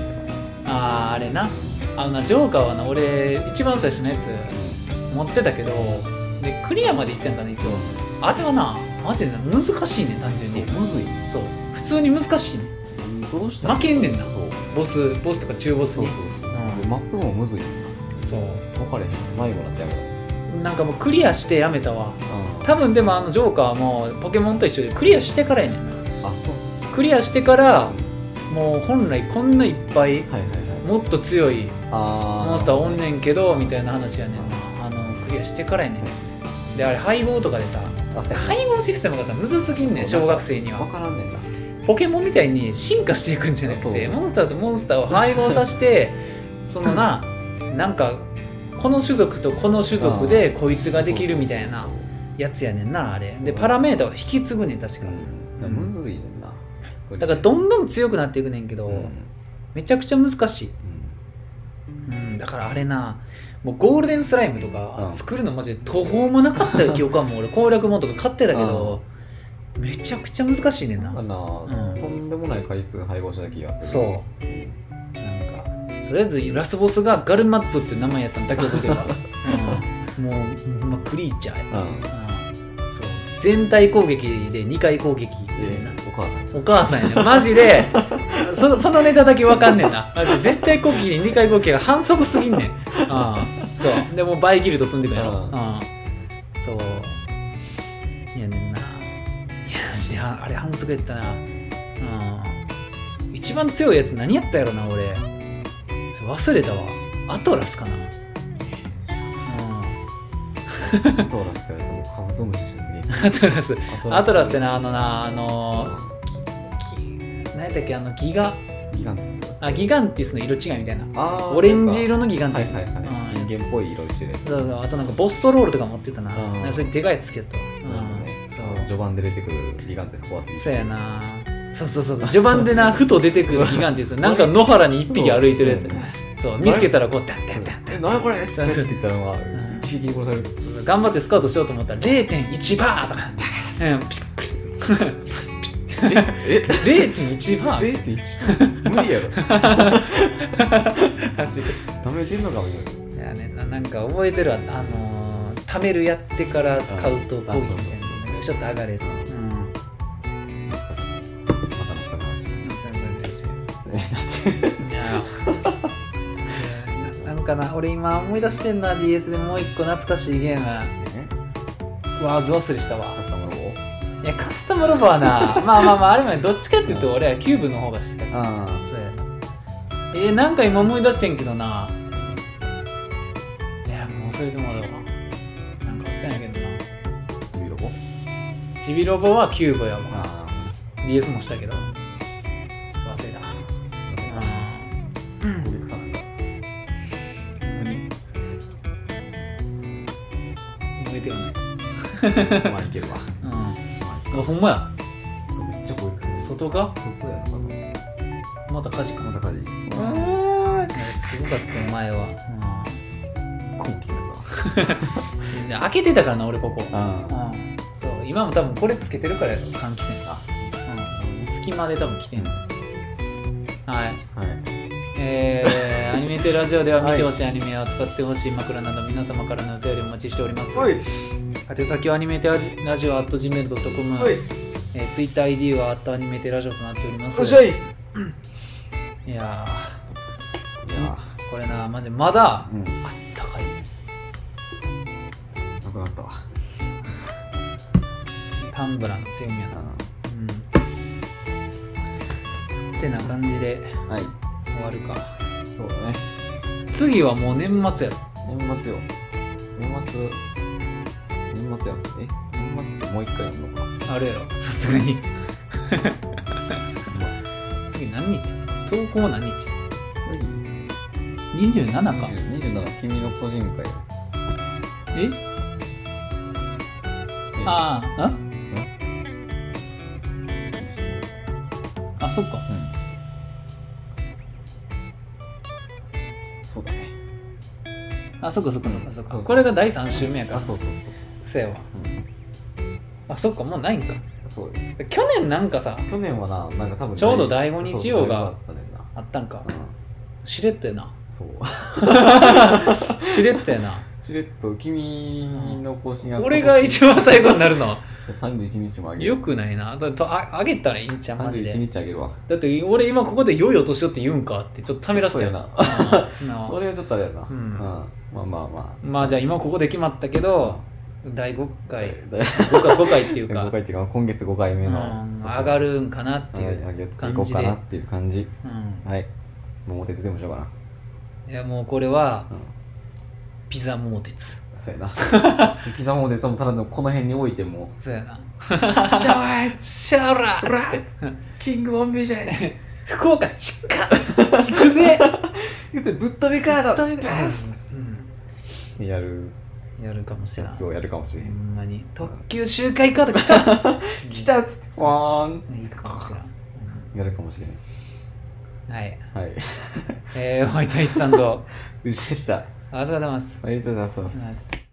ああ、あれな。あのな、ジョーカーはな、俺一番最初のやつ持ってたけど、でクリアまで行ってんかね一応。あれはな、マジでな難しいね単純に。 そう、むずい。 そう。普通に難しいね。 どうした負けんねんな。 そう。 ボスボスとか中ボスに。 そうそうそう。うん、マップもむずい。 そう。 分かれへん。迷子なってやめた。 なんかもうクリアしてやめたわ、うん、多分でもあのジョーカーもポケモンと一緒でクリアしてからやねんな。 あ、そう。 クリアしてからもう本来こんないっぱいもっと強いモンスターおんねんけどみたいな話やねんな。あのクリアしてからやねん。であれ配合とかでさ、配合システムがさむずすぎんねん小学生には。 分からんねんな。 ポケモンみたいに進化していくんじゃなくて、モンスターとモンスターを配合させてそのな、なんかこの種族とこの種族でこいつができるみたいなやつやねんなあれで。パラメーターは引き継ぐねん確か。 うん、むずいねんな。 だからどんどん強くなっていくねんけど、うん、めちゃくちゃ難しい、うんうん、だからあれな、もうゴールデンスライムとか作るのマジで途方もなかった記憶はもう俺攻略本とか買ってたけどめちゃくちゃ難しいねんな。 な、うん、とんでもない回数配合した気がする。 そう、なんかとりあえずラスボスがガルマッツォっていう名前やったんだけど覚えてるわ、うん、もう、まあ、クリーチャーやった、うんうん、そう全体攻撃でにかい攻撃でな、 お母さんお母さんやねマジでそ, そのネタだけわかんねんなマジで絶対コキににかい合計が反則すぎんねんあそうでもうバイギルド積んでくやろあそういやねんないやマジであれ反則やったなうん一番強いやつ何やったやろな俺忘れたわアトラスかなアトラスって言われてもカブトムシしか見えないアトラスアトラスってなあのなあの何やったっけあのギガギガンティスあギガンティスの色違いみたいなあオレンジ色のギガンティス、 はいはいはい、人間っぽい色してるやつそうそうあとなんかボストロールとか持ってたななんかそれでかいやつつけた、うんね、そう序盤で出てくるギガンティス怖すぎてそうやなそうそうそう序盤でなふと出てくるギガンティスなんか野原に一匹歩いてるやつやねそう見つけたらこうダンダンダンダンえ何これって言ったのが一撃殺される頑張ってスカウトしようと思ったら ゼロてんいち バーとかうんピッピッええ ゼロてんいち バーゼロてんいち 無理やろダメてんのかもいやねなんか覚えてるわあのー、貯めるやってからスカウト攻撃みたいなちょっと上がれと、うん、 懐かしいまた懐かしい話いやなんかな俺今思い出してんな ディーエス でもう一個懐かしいゲームうわどうするしたわカスタムロボいやカスタムロボはなまあまあまああれもどっちかっていうと俺はキューブの方がしてたああそうやなえー、なんか今思い出してんけどないやもうそれでもだわなんかあったんやけどなチビロボチビロボはキューブやわあディーエス もしたけど忘れたうんゴリクさんか何覚えてよねまあいけるわうんあほんまやそうめっちゃゴリク外か外やなまた火事かまた火事うんすごかったよ前は今期だった開けてたからな俺ここああそう今も多分これつけてるからやろ換気扇がうん隙間で多分来てんのはいはいえー、アニメテラジオでは見てほしいアニメや使ってほしい枕など皆様からのお便りお待ちしております。 はい。 宛先はアニメテラジオ アットジーメールドットコム、はい。えー、ツイッター アイディー はアットアニメテラジオとなっております。 おっしゃい。いやー、いやーこれなマジまだ、うん、あったかい。 なくなったわ。 タンブラーの強みやな。うん。ってな感じで、はい。終わるか。 そうだね。 次はもう年末やろ。 年末よ。年末年末やん。え年末ってもう一回やるのか。 あるやろ。さすがに。次何日？投稿何日？ 次にじゅうななか。 にじゅうなな君の個人会。 え？ああ、あ？あ、そっか。うんそうだね。あ、そっかそっかそっかそっか。これがだいさん週目やから。 あ、そうそうそうそう。 せやわ。うん、あ、そっかもうないんか。 そうよ。 去年なんかさ。 去年はな、なんか多分ちょうどだいご日曜があったんか。うん、しれっとやな。 そう。 しれっとやな。 しれっと君の更新が。 俺が一番最後になるの。 さんじゅういちにちもあげる。 よくないな。だとああげたらいいんちゃうマジで。 さんじゅういちにちあげるわ。 だって俺今ここで良いお年をって言うんかってちょっとためらしてるな。それはちょっとあれやな。うん。まあまあまあ。 まあじゃあ今ここで決まったけど、だいごかい。ごかい、ごかいっていうか。 ごかいっていうか今月ごかいめの。 上がるんかなっていう感じで。上げていこうかなっていう感じ。はい。桃鉄でもしようかな。 いやもうこれはピザ桃鉄。 そうやな。ピザモデルもただのこの辺に置いてもそうやな。 シャワーシャラーっつってキングボンビーじゃない福岡ちっか行くぜ行くぜぶっ飛びカードぶっ飛びカードやるやるかもしれないやつをやるかもしれないほんまに特急周回カード来た来たっつってワーン行くかもしれないやるかもしれないはいはいえーホワイトイスさんとうしでしたお疲れ様ですありがとうございます